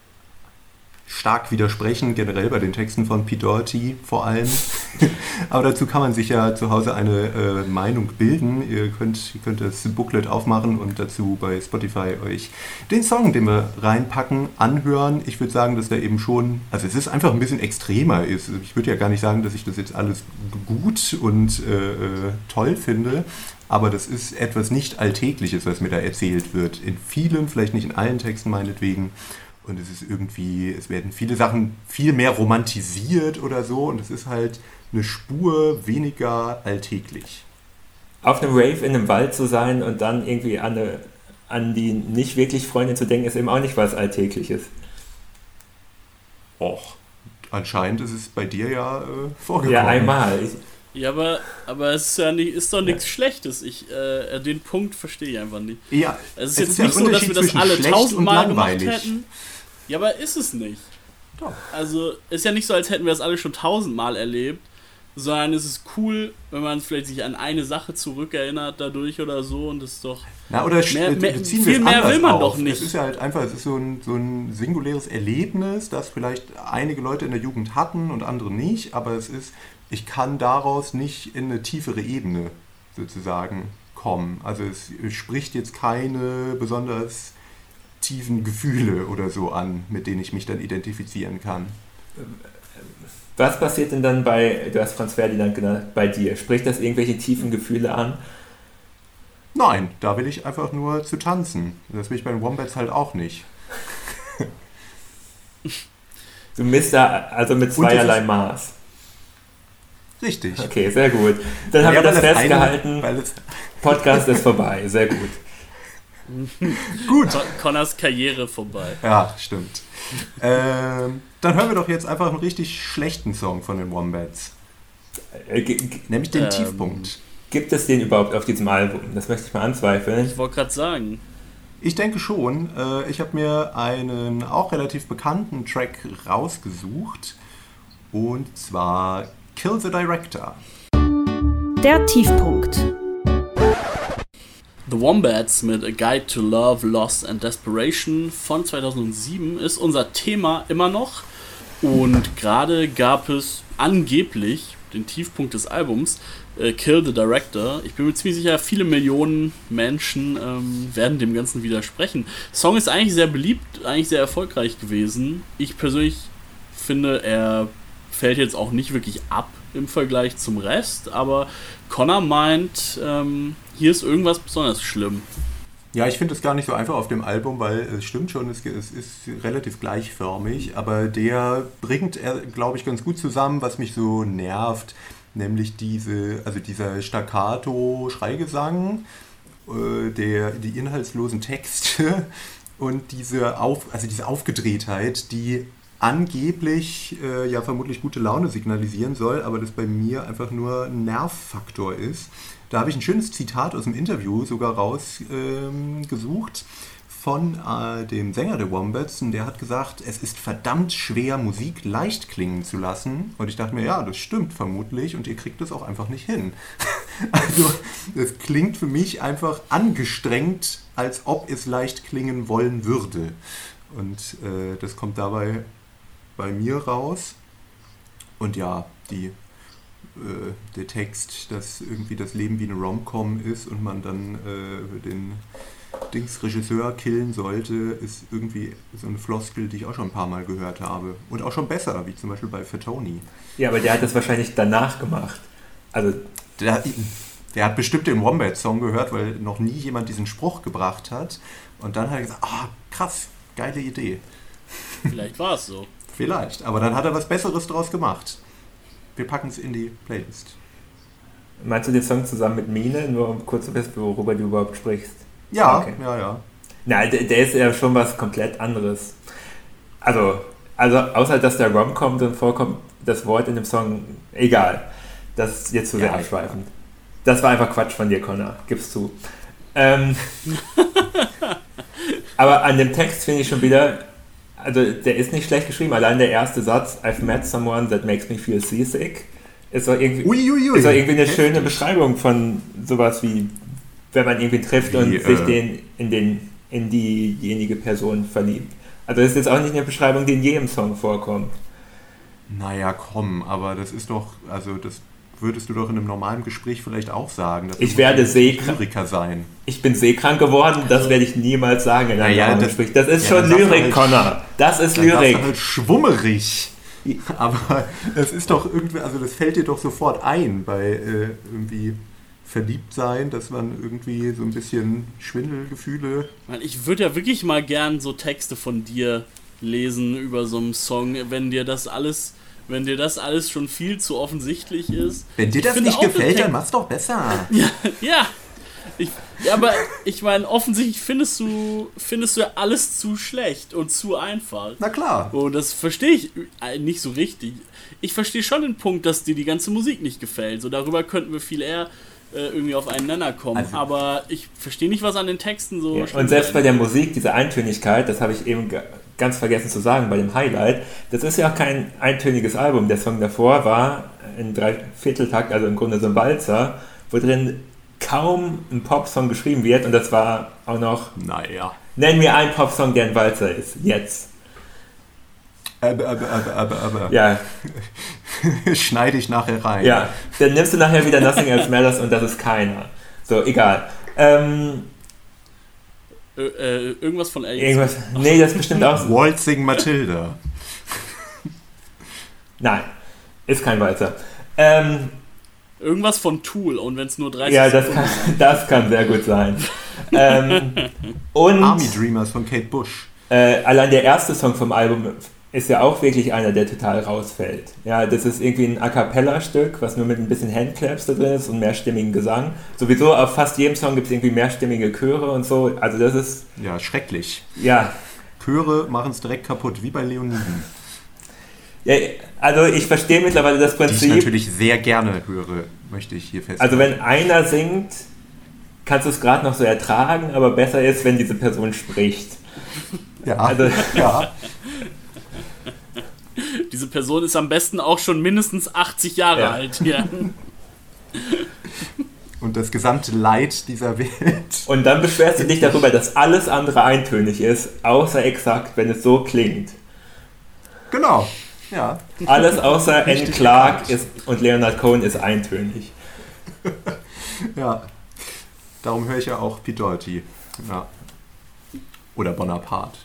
stark widersprechen, generell bei den Texten von P. Doherty vor allem. Aber dazu kann man sich ja zu Hause eine äh, Meinung bilden. Ihr könnt, ihr könnt das Booklet aufmachen und dazu bei Spotify euch den Song, den wir reinpacken, anhören. Ich würde sagen, dass der eben schon, also es ist einfach ein bisschen extremer ist. Ich würde ja gar nicht sagen, dass ich das jetzt alles gut und äh, toll finde, aber das ist etwas nicht Alltägliches, was mir da erzählt wird. In vielen, vielleicht nicht in allen Texten meinetwegen. Und es ist irgendwie, es werden viele Sachen viel mehr romantisiert oder so und es ist halt eine Spur weniger alltäglich. Auf einem Rave in einem Wald zu sein und dann irgendwie an, eine, an die nicht wirklich Freundin zu denken, ist eben auch nicht was Alltägliches. Och, anscheinend ist es bei dir ja äh, vorgekommen. Ja, einmal. Ich, Ja, aber, aber es ist ja nicht, ist doch nichts Schlechtes. Ich, äh, den Punkt verstehe ich einfach nicht. Ja, Es ist es jetzt ist ja nicht ein so, dass wir Unterschied das zwischen alle schlecht tausendmal und gemacht langweilig. hätten. Ja, aber ist es nicht. Doch. Also, ist ja nicht so, als hätten wir das alle schon tausendmal erlebt, sondern es ist cool, wenn man vielleicht sich an eine Sache zurückerinnert dadurch oder so und das ist doch... Na, oder Mehr- äh, mehr- beziehen viel wir es mehr anders will man auf. doch nicht. Es ist ja halt einfach, es ist so ein, so ein singuläres Erlebnis, das vielleicht einige Leute in der Jugend hatten und andere nicht, aber es ist, ich kann daraus nicht in eine tiefere Ebene sozusagen kommen. Also es spricht jetzt keine besonders tiefen Gefühle oder so an, mit denen ich mich dann identifizieren kann. was passiert denn dann bei, du hast Franz Ferdinand genannt, bei dir? Spricht das irgendwelche tiefen Gefühle an? Nein, da will ich einfach nur zu tanzen. Das will ich bei den Wombats halt auch nicht. Du misst da also mit Und das zweierlei ist- Maß. Richtig. Okay, sehr gut. Dann haben Ja, wir das weil eine- festgehalten. weil es, Podcast ist vorbei. Sehr gut. gut. Con- Connors Karriere vorbei. Ja, stimmt. ähm, dann hören wir doch jetzt einfach einen richtig schlechten Song von den Wombats. Äh, g- g- Nämlich den Ähm, Tiefpunkt. Gibt es den überhaupt auf diesem Album? Das möchte ich mal anzweifeln. Ich wollte gerade sagen. Ich denke schon. Äh, ich habe mir einen auch relativ bekannten Track rausgesucht. Und zwar Kill the Director. Der Tiefpunkt. The Wombats mit A Guide to Love, Loss and Desperation von zweitausendsieben ist unser Thema immer noch. Und gerade gab es angeblich den Tiefpunkt des Albums, äh, Kill the Director. Ich bin mir ziemlich sicher, viele Millionen Menschen ähm, werden dem Ganzen widersprechen. Der Song ist eigentlich sehr beliebt, eigentlich sehr erfolgreich gewesen. Ich persönlich finde, er fällt jetzt auch nicht wirklich ab im Vergleich zum Rest, aber Connor meint, ähm, hier ist irgendwas besonders schlimm. Ja, ich finde es gar nicht so einfach auf dem Album, weil es stimmt schon, es, es ist relativ gleichförmig, aber der bringt, glaube ich, ganz gut zusammen, was mich so nervt, nämlich diese, also dieser Staccato-Schreigesang, äh, der, die inhaltslosen Texte und diese, Auf, also diese Aufgedrehtheit, die angeblich äh, ja vermutlich gute Laune signalisieren soll, aber das bei mir einfach nur ein Nervfaktor ist. Da habe ich ein schönes Zitat aus dem Interview sogar rausgesucht ähm, von äh, dem Sänger der Wombats, und der hat gesagt, es ist verdammt schwer, Musik leicht klingen zu lassen. Und ich dachte mir, ja, das stimmt vermutlich, und ihr kriegt das auch einfach nicht hin. Also, es klingt für mich einfach angestrengt, als ob es leicht klingen wollen würde. Und äh, das kommt dabei bei mir raus. Und ja, die, äh, der Text, dass irgendwie das Leben wie eine Rom-Com ist und man dann äh, den Dings-Regisseur killen sollte, ist irgendwie so eine Floskel, die ich auch schon ein paar Mal gehört habe. Und auch schon besser, wie zum Beispiel bei Fatoni. Ja, aber der hat das wahrscheinlich danach gemacht. Also der, der hat bestimmt den Wombat-Song gehört, weil noch nie jemand diesen Spruch gebracht hat. Und dann hat er gesagt, ah, krass, geile Idee. Vielleicht war es so. Vielleicht, aber dann hat er was Besseres draus gemacht. Wir packen es in die Playlist. Meinst du den Song zusammen mit Mine, nur um kurz zu wissen, worüber du überhaupt sprichst? Ja, okay. ja, ja. Nein, der, der ist ja schon was komplett anderes. Also, also außer dass der Rom-Com drin vorkommt, das Wort in dem Song, egal. Das ist jetzt zu sehr ja, abschweifend. Das war einfach Quatsch von dir, Connor, gib's zu. Ähm, aber an dem Text finde ich schon wieder, also der ist nicht schlecht geschrieben, allein der erste Satz, I've met someone that makes me feel seasick, ist doch irgendwie, ui, ui, ui. Ist doch irgendwie eine schöne Beschreibung von sowas wie, wenn man irgendwie trifft wie, und äh, sich den in, den, in diejenige Person verliebt. Also das ist jetzt auch nicht eine Beschreibung, die in jedem Song vorkommt. Naja, komm, aber das ist doch, also das würdest du doch in einem normalen Gespräch vielleicht auch sagen. Dass ich werde seekrank sein. Ich bin seekrank geworden, das werde ich niemals sagen in einem naja, normalen das, Gespräch. Das ist ja, schon Lyrik, halt, Connor. Das ist dann Lyrik. Das ist halt schwummerig. Aber es ist doch irgendwie, also das fällt dir doch sofort ein bei äh, irgendwie verliebt sein, dass man irgendwie so ein bisschen Schwindelgefühle... Ich würde ja wirklich mal gern so Texte von dir lesen über so einen Song, wenn dir das alles, wenn dir das alles schon viel zu offensichtlich ist. Wenn dir das nicht gefällt, dann mach's doch besser. Ja, ja. Ich, ja, aber ich meine, offensichtlich findest du, findest du ja alles zu schlecht und zu einfach. Na klar. Und das verstehe ich nicht so richtig. Ich verstehe schon den Punkt, dass dir die ganze Musik nicht gefällt. So, darüber könnten wir viel eher äh, irgendwie auf einen Nenner kommen. Also, aber ich verstehe nicht, was an den Texten so... Ja, und selbst bei der Musik, diese Eintönigkeit, das habe ich eben g- ganz vergessen zu sagen bei dem Highlight, das ist ja auch kein eintöniges Album. Der Song davor war in Dreivierteltakt, also im Grunde so ein Walzer, wo drin kaum ein Popsong geschrieben wird, und das war auch noch... Naja. Nenn mir einen Popsong, der ein Walzer ist. Jetzt. Aber, aber, aber, aber, aber. Ja. Schneide ich nachher rein. Ja, dann nimmst du nachher wieder Nothing Else Matters und das ist keiner. So, egal. Ähm... Äh, äh, irgendwas von Alice. Irgendwas, nee, das ist bestimmt auch... Waltzing Matilda. Nein, ist kein Walzer. Ähm... Irgendwas von Tool, und wenn es nur dreißig ja, das kann, das kann sehr gut sein. ähm, und Army Dreamers von Kate Bush. Äh, allein der erste Song vom Album ist ja auch wirklich einer, der total rausfällt. Ja, das ist irgendwie ein A-Cappella-Stück, was nur mit ein bisschen Handclaps da drin ist und mehrstimmigen Gesang. Sowieso auf fast jedem Song gibt es irgendwie mehrstimmige Chöre und so. Also das ist... Ja, schrecklich. Ja. Chöre machen es direkt kaputt, wie bei Leoniden. Ja, also ich verstehe mittlerweile das Prinzip. Die ich natürlich sehr gerne höre, möchte ich hier feststellen. Also wenn einer singt, kannst du es gerade noch so ertragen, aber besser ist, wenn diese Person spricht. Ja, also, ja. Diese Person ist am besten auch schon mindestens achtzig Jahre ja. alt. Ja. Und das gesamte Leid dieser Welt. Und dann beschwerst du dich darüber, dass alles andere eintönig ist, außer exakt, wenn es so klingt. Genau. Ja. Alles außer Anne Clark ist, und Leonard Cohen ist eintönig. Ja. Darum höre ich ja auch Pete Doherty. Ja. Oder Bonaparte.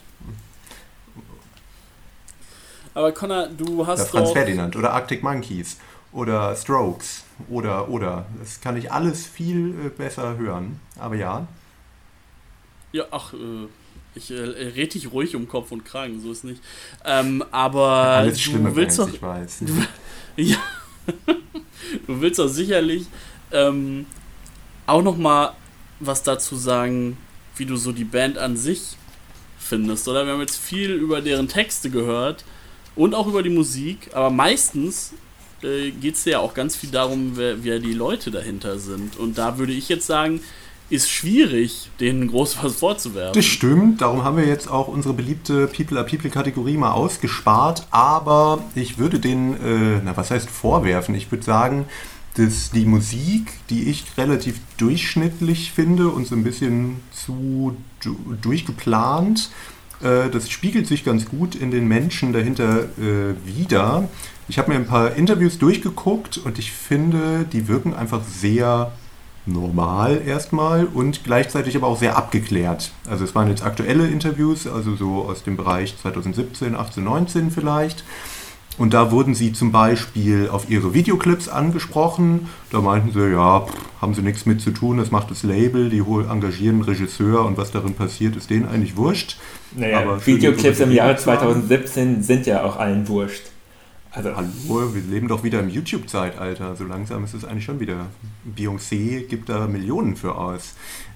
Aber Connor, du hast oder Franz doch... Ferdinand oder Arctic Monkeys oder Strokes oder, oder. Das kann ich alles viel äh, besser hören. Aber ja. Ja, ach, äh, ich äh, red dich ruhig um Kopf und Kragen, so ist nicht. Ähm, aber alles du schlimme willst Bands, doch... ich weiß. Du, ja. Du willst doch sicherlich ähm, auch noch mal was dazu sagen, wie du so die Band an sich findest, oder? Wir haben jetzt viel über deren Texte gehört und auch über die Musik, aber meistens äh, geht es ja auch ganz viel darum, wer, wer die Leute dahinter sind. Und da würde ich jetzt sagen, ist schwierig, denen groß was vorzuwerfen. Das stimmt, darum haben wir jetzt auch unsere beliebte People-are-People-Kategorie mal ausgespart, aber ich würde denen, äh, na was heißt vorwerfen, ich würde sagen, dass die Musik, die ich relativ durchschnittlich finde und so ein bisschen zu du- durchgeplant, äh, das spiegelt sich ganz gut in den Menschen dahinter äh, wider. Ich habe mir ein paar Interviews durchgeguckt und ich finde, die wirken einfach sehr normal erstmal und gleichzeitig aber auch sehr abgeklärt. Also es waren jetzt aktuelle Interviews, also so aus dem Bereich zwanzig siebzehn, achtzehn, neunzehn vielleicht. Und da wurden sie zum Beispiel auf ihre Videoclips angesprochen. Da meinten sie, ja, pff, haben sie nichts mit zu tun, das macht das Label, die engagieren einen Regisseur und was darin passiert, ist denen eigentlich wurscht. Naja, aber Videoclips im Jahre zwanzig siebzehn sind ja auch allen wurscht. Also, hallo, wir leben doch wieder im YouTube-Zeitalter. So langsam ist es eigentlich schon wieder. Beyoncé gibt da Millionen für aus.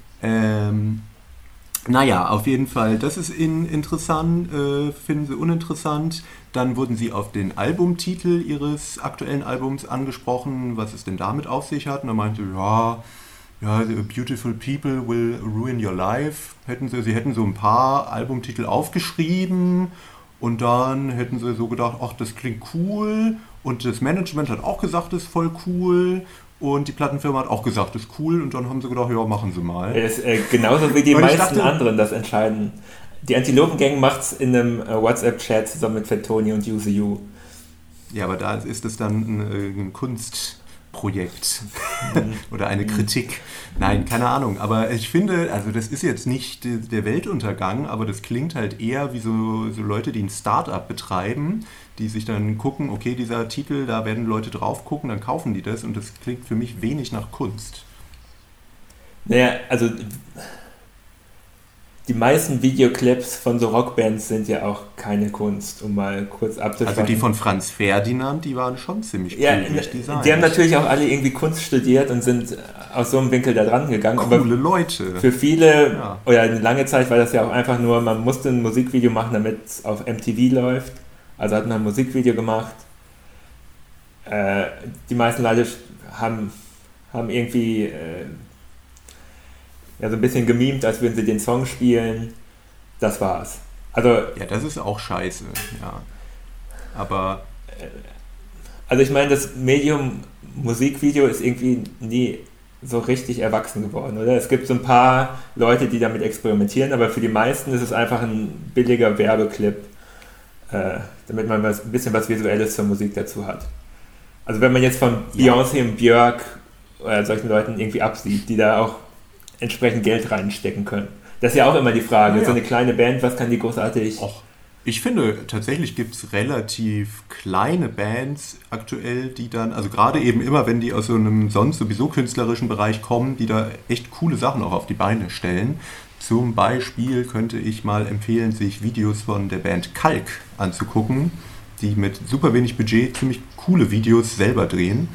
Ähm, naja, auf jeden Fall, das ist in, interessant, äh, finden sie uninteressant. Dann wurden sie auf den Albumtitel ihres aktuellen Albums angesprochen, was es denn damit auf sich hat. Und da meinte ja, ja, Beautiful People Will Ruin Your Life. Hätten sie, sie hätten so ein paar Albumtitel aufgeschrieben. Und dann hätten sie so gedacht, ach, das klingt cool. Und das Management hat auch gesagt, das ist voll cool. Und die Plattenfirma hat auch gesagt, das ist cool. Und dann haben sie gedacht, ja, machen sie mal. Das ist äh, genauso wie die Und ich meisten dachte- anderen das entscheiden. Die Antilopen-Gang macht es in einem äh, WhatsApp-Chat zusammen mit Fat Tony und Use You. Ja, aber da ist es dann ein, äh, ein Kunstprojekt oder eine Kritik. Nein, keine Ahnung. Aber ich finde, also das ist jetzt nicht de- der Weltuntergang, aber das klingt halt eher wie so, so Leute, die ein Start-up betreiben, die sich dann gucken, okay, dieser Titel, da werden Leute drauf gucken, dann kaufen die das und das klingt für mich wenig nach Kunst. Naja, also die meisten Videoclips von so Rockbands sind ja auch keine Kunst, um mal kurz abzuschweifen. Also die von Franz Ferdinand, die waren schon ziemlich Ja, prügig designt. die haben natürlich auch alle irgendwie Kunst studiert und sind aus so einem Winkel da dran gegangen. coole Aber Leute. für viele, Ja. oder eine lange Zeit war das ja auch einfach nur, man musste ein Musikvideo machen, damit es auf M T V läuft. Also hat man ein Musikvideo gemacht. Äh, die meisten Leute haben, haben irgendwie äh, ja, so ein bisschen gemimt, als würden sie den Song spielen. Das war's. Also, Ja, das ist auch scheiße, ja. Aber also ich meine, das Medium Musikvideo ist irgendwie nie so richtig erwachsen geworden, oder? Es gibt so ein paar Leute, die damit experimentieren, aber für die meisten ist es einfach ein billiger Werbeclip, äh, damit man was, ein bisschen was Visuelles zur Musik dazu hat. Also wenn man jetzt von Ja. Beyoncé und Björk oder solchen Leuten irgendwie absieht, die da auch entsprechend Geld reinstecken können. Das ist ja auch immer die Frage. Ja, ja. So eine kleine Band, was kann die großartig... Och, ich finde, tatsächlich gibt es relativ kleine Bands aktuell, die dann, also gerade eben immer, wenn die aus so einem sonst sowieso künstlerischen Bereich kommen, die da echt coole Sachen auch auf die Beine stellen. Zum Beispiel könnte ich mal empfehlen, sich Videos von der Band Kalk anzugucken, die mit super wenig Budget ziemlich coole Videos selber drehen.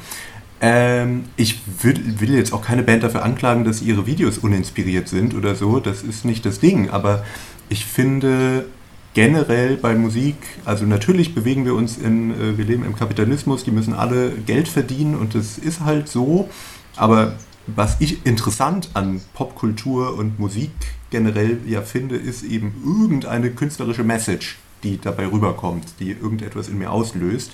Ähm, ich will, will jetzt auch keine Band dafür anklagen, dass ihre Videos uninspiriert sind oder so, das ist nicht das Ding, aber ich finde generell bei Musik, also natürlich bewegen wir uns in, äh, wir leben im Kapitalismus, die müssen alle Geld verdienen und das ist halt so, aber was ich interessant an Popkultur und Musik generell ja finde, ist eben irgendeine künstlerische Message, die dabei rüberkommt, die irgendetwas in mir auslöst.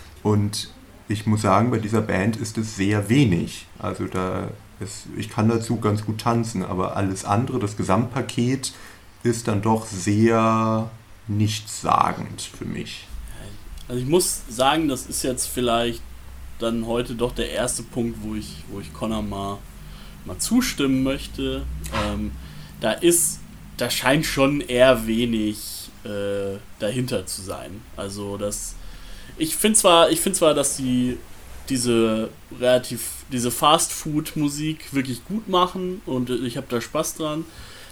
Und ich muss sagen, bei dieser Band ist es sehr wenig. Also da ist, ich kann dazu ganz gut tanzen, aber alles andere, das Gesamtpaket, ist dann doch sehr nichtssagend für mich. Also ich muss sagen, das ist jetzt vielleicht dann heute doch der erste Punkt, wo ich, wo ich Connor mal, mal zustimmen möchte. Ähm, da ist, da scheint schon eher wenig äh, dahinter zu sein. Also das, ich finde zwar, ich finde zwar, dass sie diese relativ, diese Fast-Food-Musik wirklich gut machen und ich habe da Spaß dran,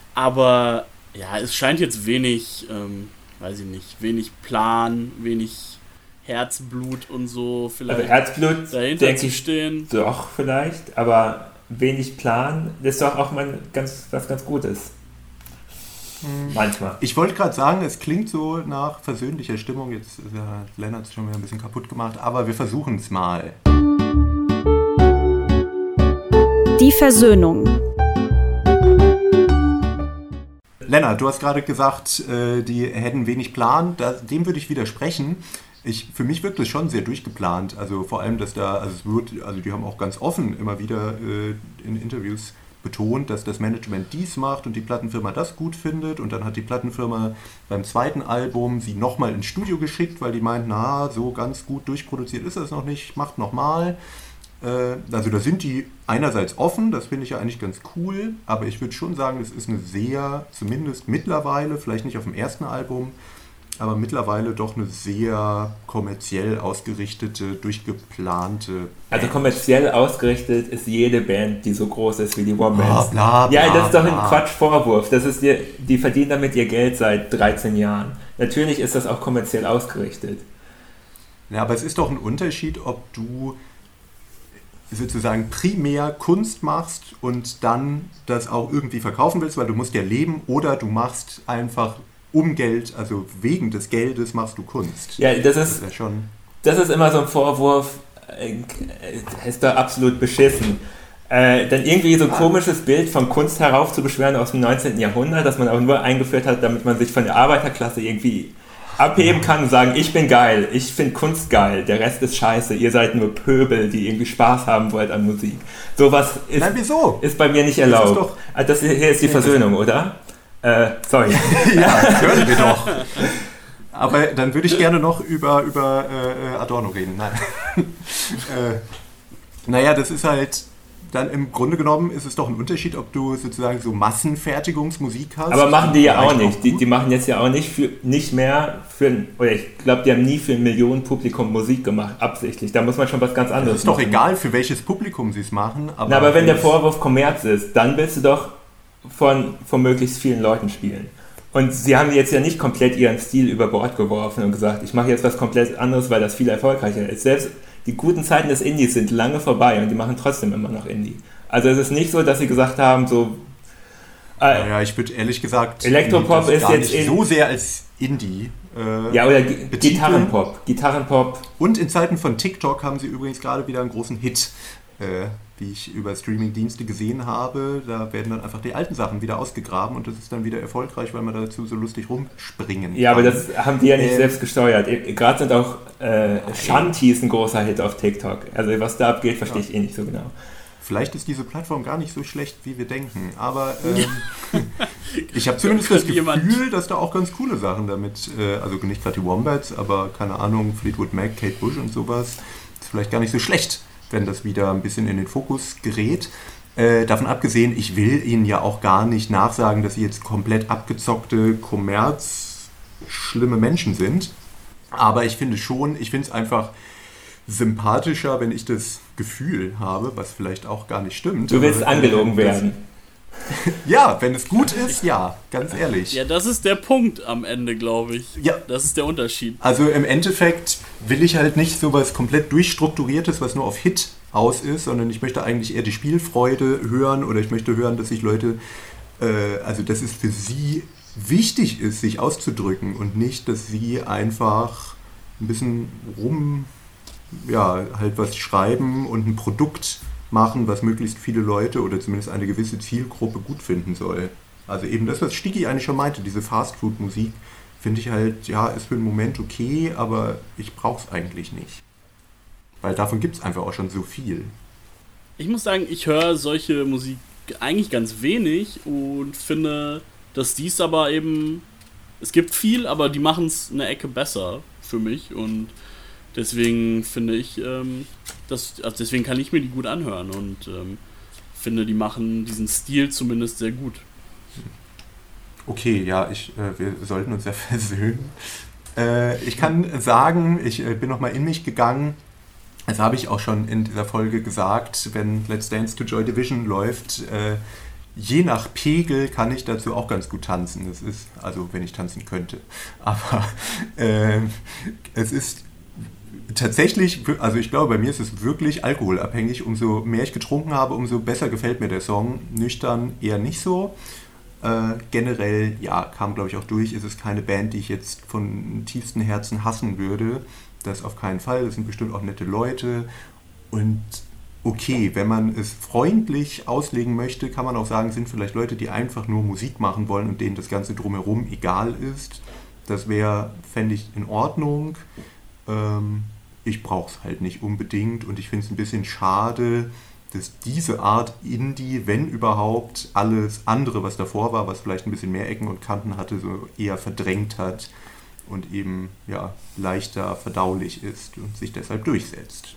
aber ja, es scheint jetzt wenig, ähm, weiß ich nicht, wenig Plan, wenig Herzblut und so vielleicht Also Herzblut, dahinter denke zu ich, stehen. doch vielleicht, aber wenig Plan ist doch auch mal ganz, was ganz Gutes. Manchmal. Ich wollte gerade sagen, es klingt so nach versöhnlicher Stimmung. Jetzt ist ja Lennart schon wieder ein bisschen kaputt gemacht, aber wir versuchen es mal. Die Versöhnung. Lennart, du hast gerade gesagt, die hätten wenig Plan. Dem würde ich widersprechen. Ich, für mich wirkt es schon sehr durchgeplant. Also vor allem, dass da, also es wird, also die haben auch ganz offen immer wieder in Interviews betont, dass das Management dies macht und die Plattenfirma das gut findet, und dann hat die Plattenfirma beim zweiten Album sie nochmal ins Studio geschickt, weil die meinten, na, so ganz gut durchproduziert ist das noch nicht, macht nochmal. Also da sind die einerseits offen, das finde ich ja eigentlich ganz cool, aber ich würde schon sagen, es ist eine sehr, zumindest mittlerweile, vielleicht nicht auf dem ersten Album, aber mittlerweile doch eine sehr kommerziell ausgerichtete, durchgeplante Band. Also kommerziell ausgerichtet ist jede Band, die so groß ist wie die Wombats. Bla, bla, ja, das ist doch ein bla. Quatschvorwurf. Das ist die, die verdienen damit ihr Geld seit dreizehn Jahren. Natürlich ist das auch kommerziell ausgerichtet. Ja, aber es ist doch ein Unterschied, ob du sozusagen primär Kunst machst und dann das auch irgendwie verkaufen willst, weil du musst ja leben, oder du machst einfach um Geld, also wegen des Geldes machst du Kunst. Ja, das ist, das ist, ja schon das ist immer so ein Vorwurf, äh, ist doch absolut beschissen. Äh, dann irgendwie so ein komisches Bild von Kunst heraufzubeschwören aus dem neunzehnten Jahrhundert, das man auch nur eingeführt hat, damit man sich von der Arbeiterklasse irgendwie abheben kann und sagen, ich bin geil, ich finde Kunst geil, der Rest ist scheiße, ihr seid nur Pöbel, die irgendwie Spaß haben wollt an Musik. Sowas ist, Nein, wieso? ist bei mir nicht erlaubt. Das, ist doch, ah, das hier ist die Versöhnung, oder? Äh, sorry. Ja, das hören wir doch. Aber dann würde ich gerne noch über, über äh, Adorno reden. Nein. äh, naja, das ist halt, dann im Grunde genommen ist es doch ein Unterschied, ob du sozusagen so Massenfertigungsmusik hast. Aber machen die ja auch nicht. Auch die, die machen jetzt ja auch nicht, für, nicht mehr für, oder ich glaube, die haben nie für ein Millionenpublikum Musik gemacht, absichtlich. Da muss man schon was ganz anderes machen. Es ist doch egal, für welches Publikum sie es machen. Aber, Na, aber wenn der Vorwurf Kommerz ist, dann willst du doch von, von möglichst vielen Leuten spielen. Und sie haben jetzt ja nicht komplett ihren Stil über Bord geworfen und gesagt, ich mache jetzt was komplett anderes, weil das viel erfolgreicher ist. Selbst die guten Zeiten des Indies sind lange vorbei und die machen trotzdem immer noch Indie. Also es ist nicht so, dass sie gesagt haben, so... Äh, naja, ich würde ehrlich gesagt... Elektropop ist jetzt... Nicht so sehr als Indie... Äh, ja, oder G- Gitarrenpop. Gitarrenpop. Und in Zeiten von TikTok haben sie übrigens gerade wieder einen großen Hit, äh, wie ich über Streaming-Dienste gesehen habe. Da werden dann einfach die alten Sachen wieder ausgegraben und das ist dann wieder erfolgreich, weil man dazu so lustig rumspringen kann. Ja, aber das haben die ja nicht ähm, selbst gesteuert. Gerade sind auch äh, Shanties ein großer Hit auf TikTok. Also was da abgeht, verstehe ich ja. eh nicht so genau. Vielleicht ist diese Plattform gar nicht so schlecht, wie wir denken. Aber ähm, ich habe zumindest das Gefühl, jemand. dass da auch ganz coole Sachen damit, äh, also nicht gerade die Wombats, aber keine Ahnung, Fleetwood Mac, Kate Bush und sowas, ist vielleicht gar nicht so schlecht, wenn das wieder ein bisschen in den Fokus gerät. Äh, davon abgesehen, ich will Ihnen ja auch gar nicht nachsagen, dass Sie jetzt komplett abgezockte, Kommerz, schlimme Menschen sind. Aber ich finde schon, ich finde es einfach sympathischer, wenn ich das Gefühl habe, was vielleicht auch gar nicht stimmt. Du willst angelogen werden. Ja, wenn es gut ist, ja, ganz ehrlich. Ja, das ist der Punkt am Ende, glaube ich. Ja. Das ist der Unterschied. Also im Endeffekt will ich halt nicht sowas komplett durchstrukturiertes, was nur auf Hit aus ist, sondern ich möchte eigentlich eher die Spielfreude hören oder ich möchte hören, dass sich Leute, äh, also dass es für sie wichtig ist, sich auszudrücken und nicht, dass sie einfach ein bisschen rum, ja, halt was schreiben und ein Produkt machen, was möglichst viele Leute oder zumindest eine gewisse Zielgruppe gut finden soll. Also eben das, was Stigi eigentlich schon meinte, diese Fast-Food-Musik, finde ich halt, ja, ist für einen Moment okay, aber ich brauche es eigentlich nicht. Weil davon gibt es einfach auch schon so viel. Ich muss sagen, ich höre solche Musik eigentlich ganz wenig und finde, dass dies aber eben, es gibt viel, aber die machen es eine Ecke besser für mich und deswegen finde ich, ähm, das, also deswegen kann ich mir die gut anhören und ähm, finde, die machen diesen Stil zumindest sehr gut. Okay, ja, ich, äh, wir sollten uns ja versöhnen. Äh, ich kann sagen, ich äh, bin nochmal in mich gegangen. Das habe ich auch schon in dieser Folge gesagt, wenn Let's Dance to Joy Division läuft, äh, je nach Pegel kann ich dazu auch ganz gut tanzen. Das ist, also wenn ich tanzen könnte. Aber äh, es ist tatsächlich, also ich glaube, bei mir ist es wirklich alkoholabhängig. Umso mehr ich getrunken habe, umso besser gefällt mir der Song. Nüchtern eher nicht so. Äh, generell, ja, kam glaube ich auch durch, ist es keine Band, die ich jetzt von tiefstem Herzen hassen würde. Das auf keinen Fall, das sind bestimmt auch nette Leute. Und okay, wenn man es freundlich auslegen möchte, kann man auch sagen, sind vielleicht Leute, die einfach nur Musik machen wollen und denen das Ganze drumherum egal ist. Das wäre, fände ich, in Ordnung. Ähm, ich brauche es halt nicht unbedingt und ich finde es ein bisschen schade, dass diese Art Indie, wenn überhaupt, alles andere, was davor war, was vielleicht ein bisschen mehr Ecken und Kanten hatte, so eher verdrängt hat und eben ja, leichter verdaulich ist und sich deshalb durchsetzt.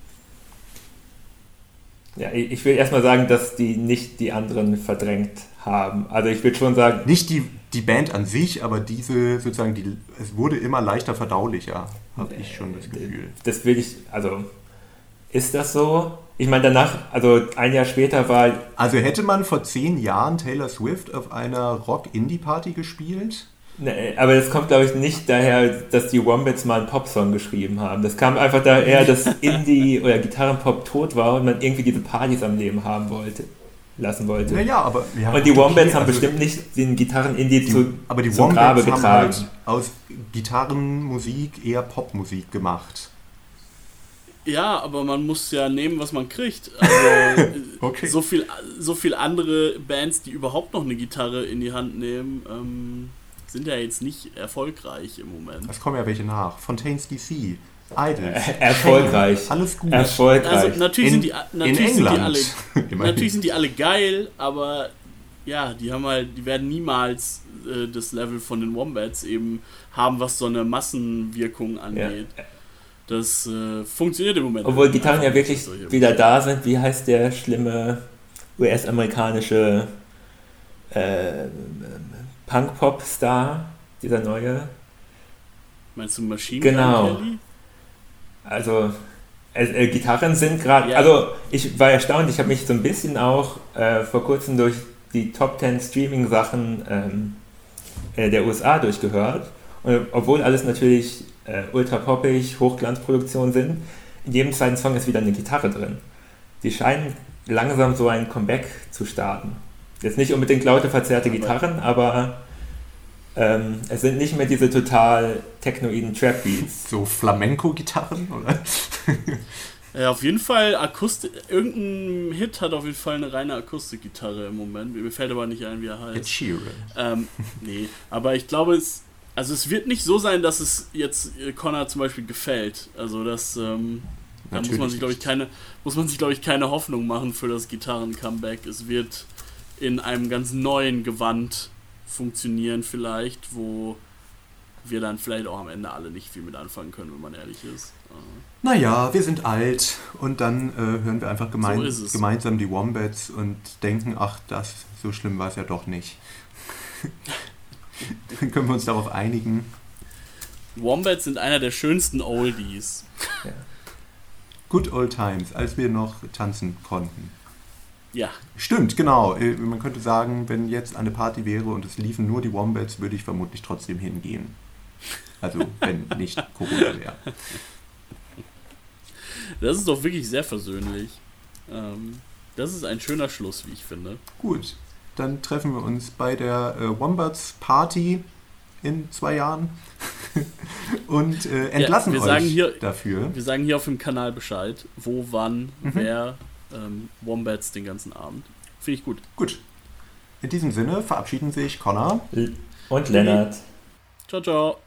Ja, ich will erstmal sagen, dass die nicht die anderen verdrängt haben. Also ich würde schon sagen... Nicht die, die Band an sich, aber diese sozusagen, die, es wurde immer leichter verdaulicher, habe ich schon das Gefühl. Das will ich, also ist das so? Ich meine danach, also ein Jahr später war... Also hätte man vor zehn Jahren Taylor Swift auf einer Rock-Indie-Party gespielt? Nee, aber das kommt, glaube ich, nicht daher, dass die Wombats mal einen Popsong geschrieben haben. Das kam einfach daher, dass Indie oder Gitarrenpop tot war und man irgendwie diese Partys am Leben haben wollte, lassen wollte. Naja, aber... Ja, und die Wombats okay, haben also bestimmt nicht den Gitarren-Indie zu, aber die zum Grabe Wombats getragen. haben halt aus Gitarrenmusik eher Popmusik gemacht. Ja, aber man muss ja nehmen, was man kriegt. Also, okay. so viel, so viel andere Bands, die überhaupt noch eine Gitarre in die Hand nehmen, ähm, sind ja jetzt nicht erfolgreich im Moment. Es kommen ja welche nach. Fontaines D C, Idols. Erfolgreich. Alles gut. Erfolgreich. Also natürlich in, sind die, natürlich sind die alle, Immerhin. natürlich sind die alle geil, aber ja, die haben halt, die werden niemals äh, das Level von den Wombats eben haben, was so eine Massenwirkung angeht. Ja. Das äh, funktioniert im Moment. Obwohl Gitarren ja wirklich wieder da sind. Wie heißt der schlimme U S-amerikanische äh, Punk-Pop-Star, dieser neue? Meinst du Machine Gun Genau. Kelly? Also äh, äh, Gitarren sind gerade, Ja. also ich war erstaunt, ich habe mich so ein bisschen auch äh, vor kurzem durch die Top zehn Streaming-Sachen ähm, äh, der U S A durchgehört. Und obwohl alles natürlich äh, ultra poppig, Hochglanzproduktionen sind, in jedem zweiten Song ist wieder eine Gitarre drin. Die scheinen langsam so ein Comeback zu starten. Jetzt nicht unbedingt laute, verzerrte Gitarren, aber ähm, es sind nicht mehr diese total technoiden Trap-Beats. So Flamenco-Gitarren, oder? Ja, auf jeden Fall Akustik. Irgendein Hit hat auf jeden Fall eine reine Akustikgitarre im Moment. Mir fällt aber nicht ein, wie er heißt. Ed Sheeran. Ähm, nee, aber ich glaube, es, also es wird nicht so sein, dass es jetzt Connor zum Beispiel gefällt. Also das, ähm, da muss man sich, glaube ich, keine, muss man sich, glaube ich, keine Hoffnung machen für das Gitarren-Comeback. Es wird in einem ganz neuen Gewand funktionieren vielleicht, wo wir dann vielleicht auch am Ende alle nicht viel mit anfangen können, wenn man ehrlich ist. Naja, wir sind alt und dann äh, hören wir einfach gemein, So ist es. gemeinsam die Wombats und denken, ach, das, so schlimm war es ja doch nicht. Dann können wir uns darauf einigen. Wombats sind einer der schönsten Oldies. Ja. Good old times, als wir noch tanzen konnten. Ja, Stimmt, genau. Äh, Man könnte sagen, wenn jetzt eine Party wäre und es liefen nur die Wombats, würde ich vermutlich trotzdem hingehen. Also, wenn nicht Corona wäre. das ist doch wirklich sehr versöhnlich. Ähm, das ist ein schöner Schluss, wie ich finde. Gut, dann treffen wir uns bei der äh, Wombats Party in zwei Jahren und äh, entlassen wir euch sagen hier- dafür. Wir sagen hier auf dem Kanal Bescheid, wo, wann, Mhm. wer ähm, Wombats den ganzen Abend. Finde ich gut. Gut. In diesem Sinne verabschieden sich Connor Und Lennart. Ciao, ciao.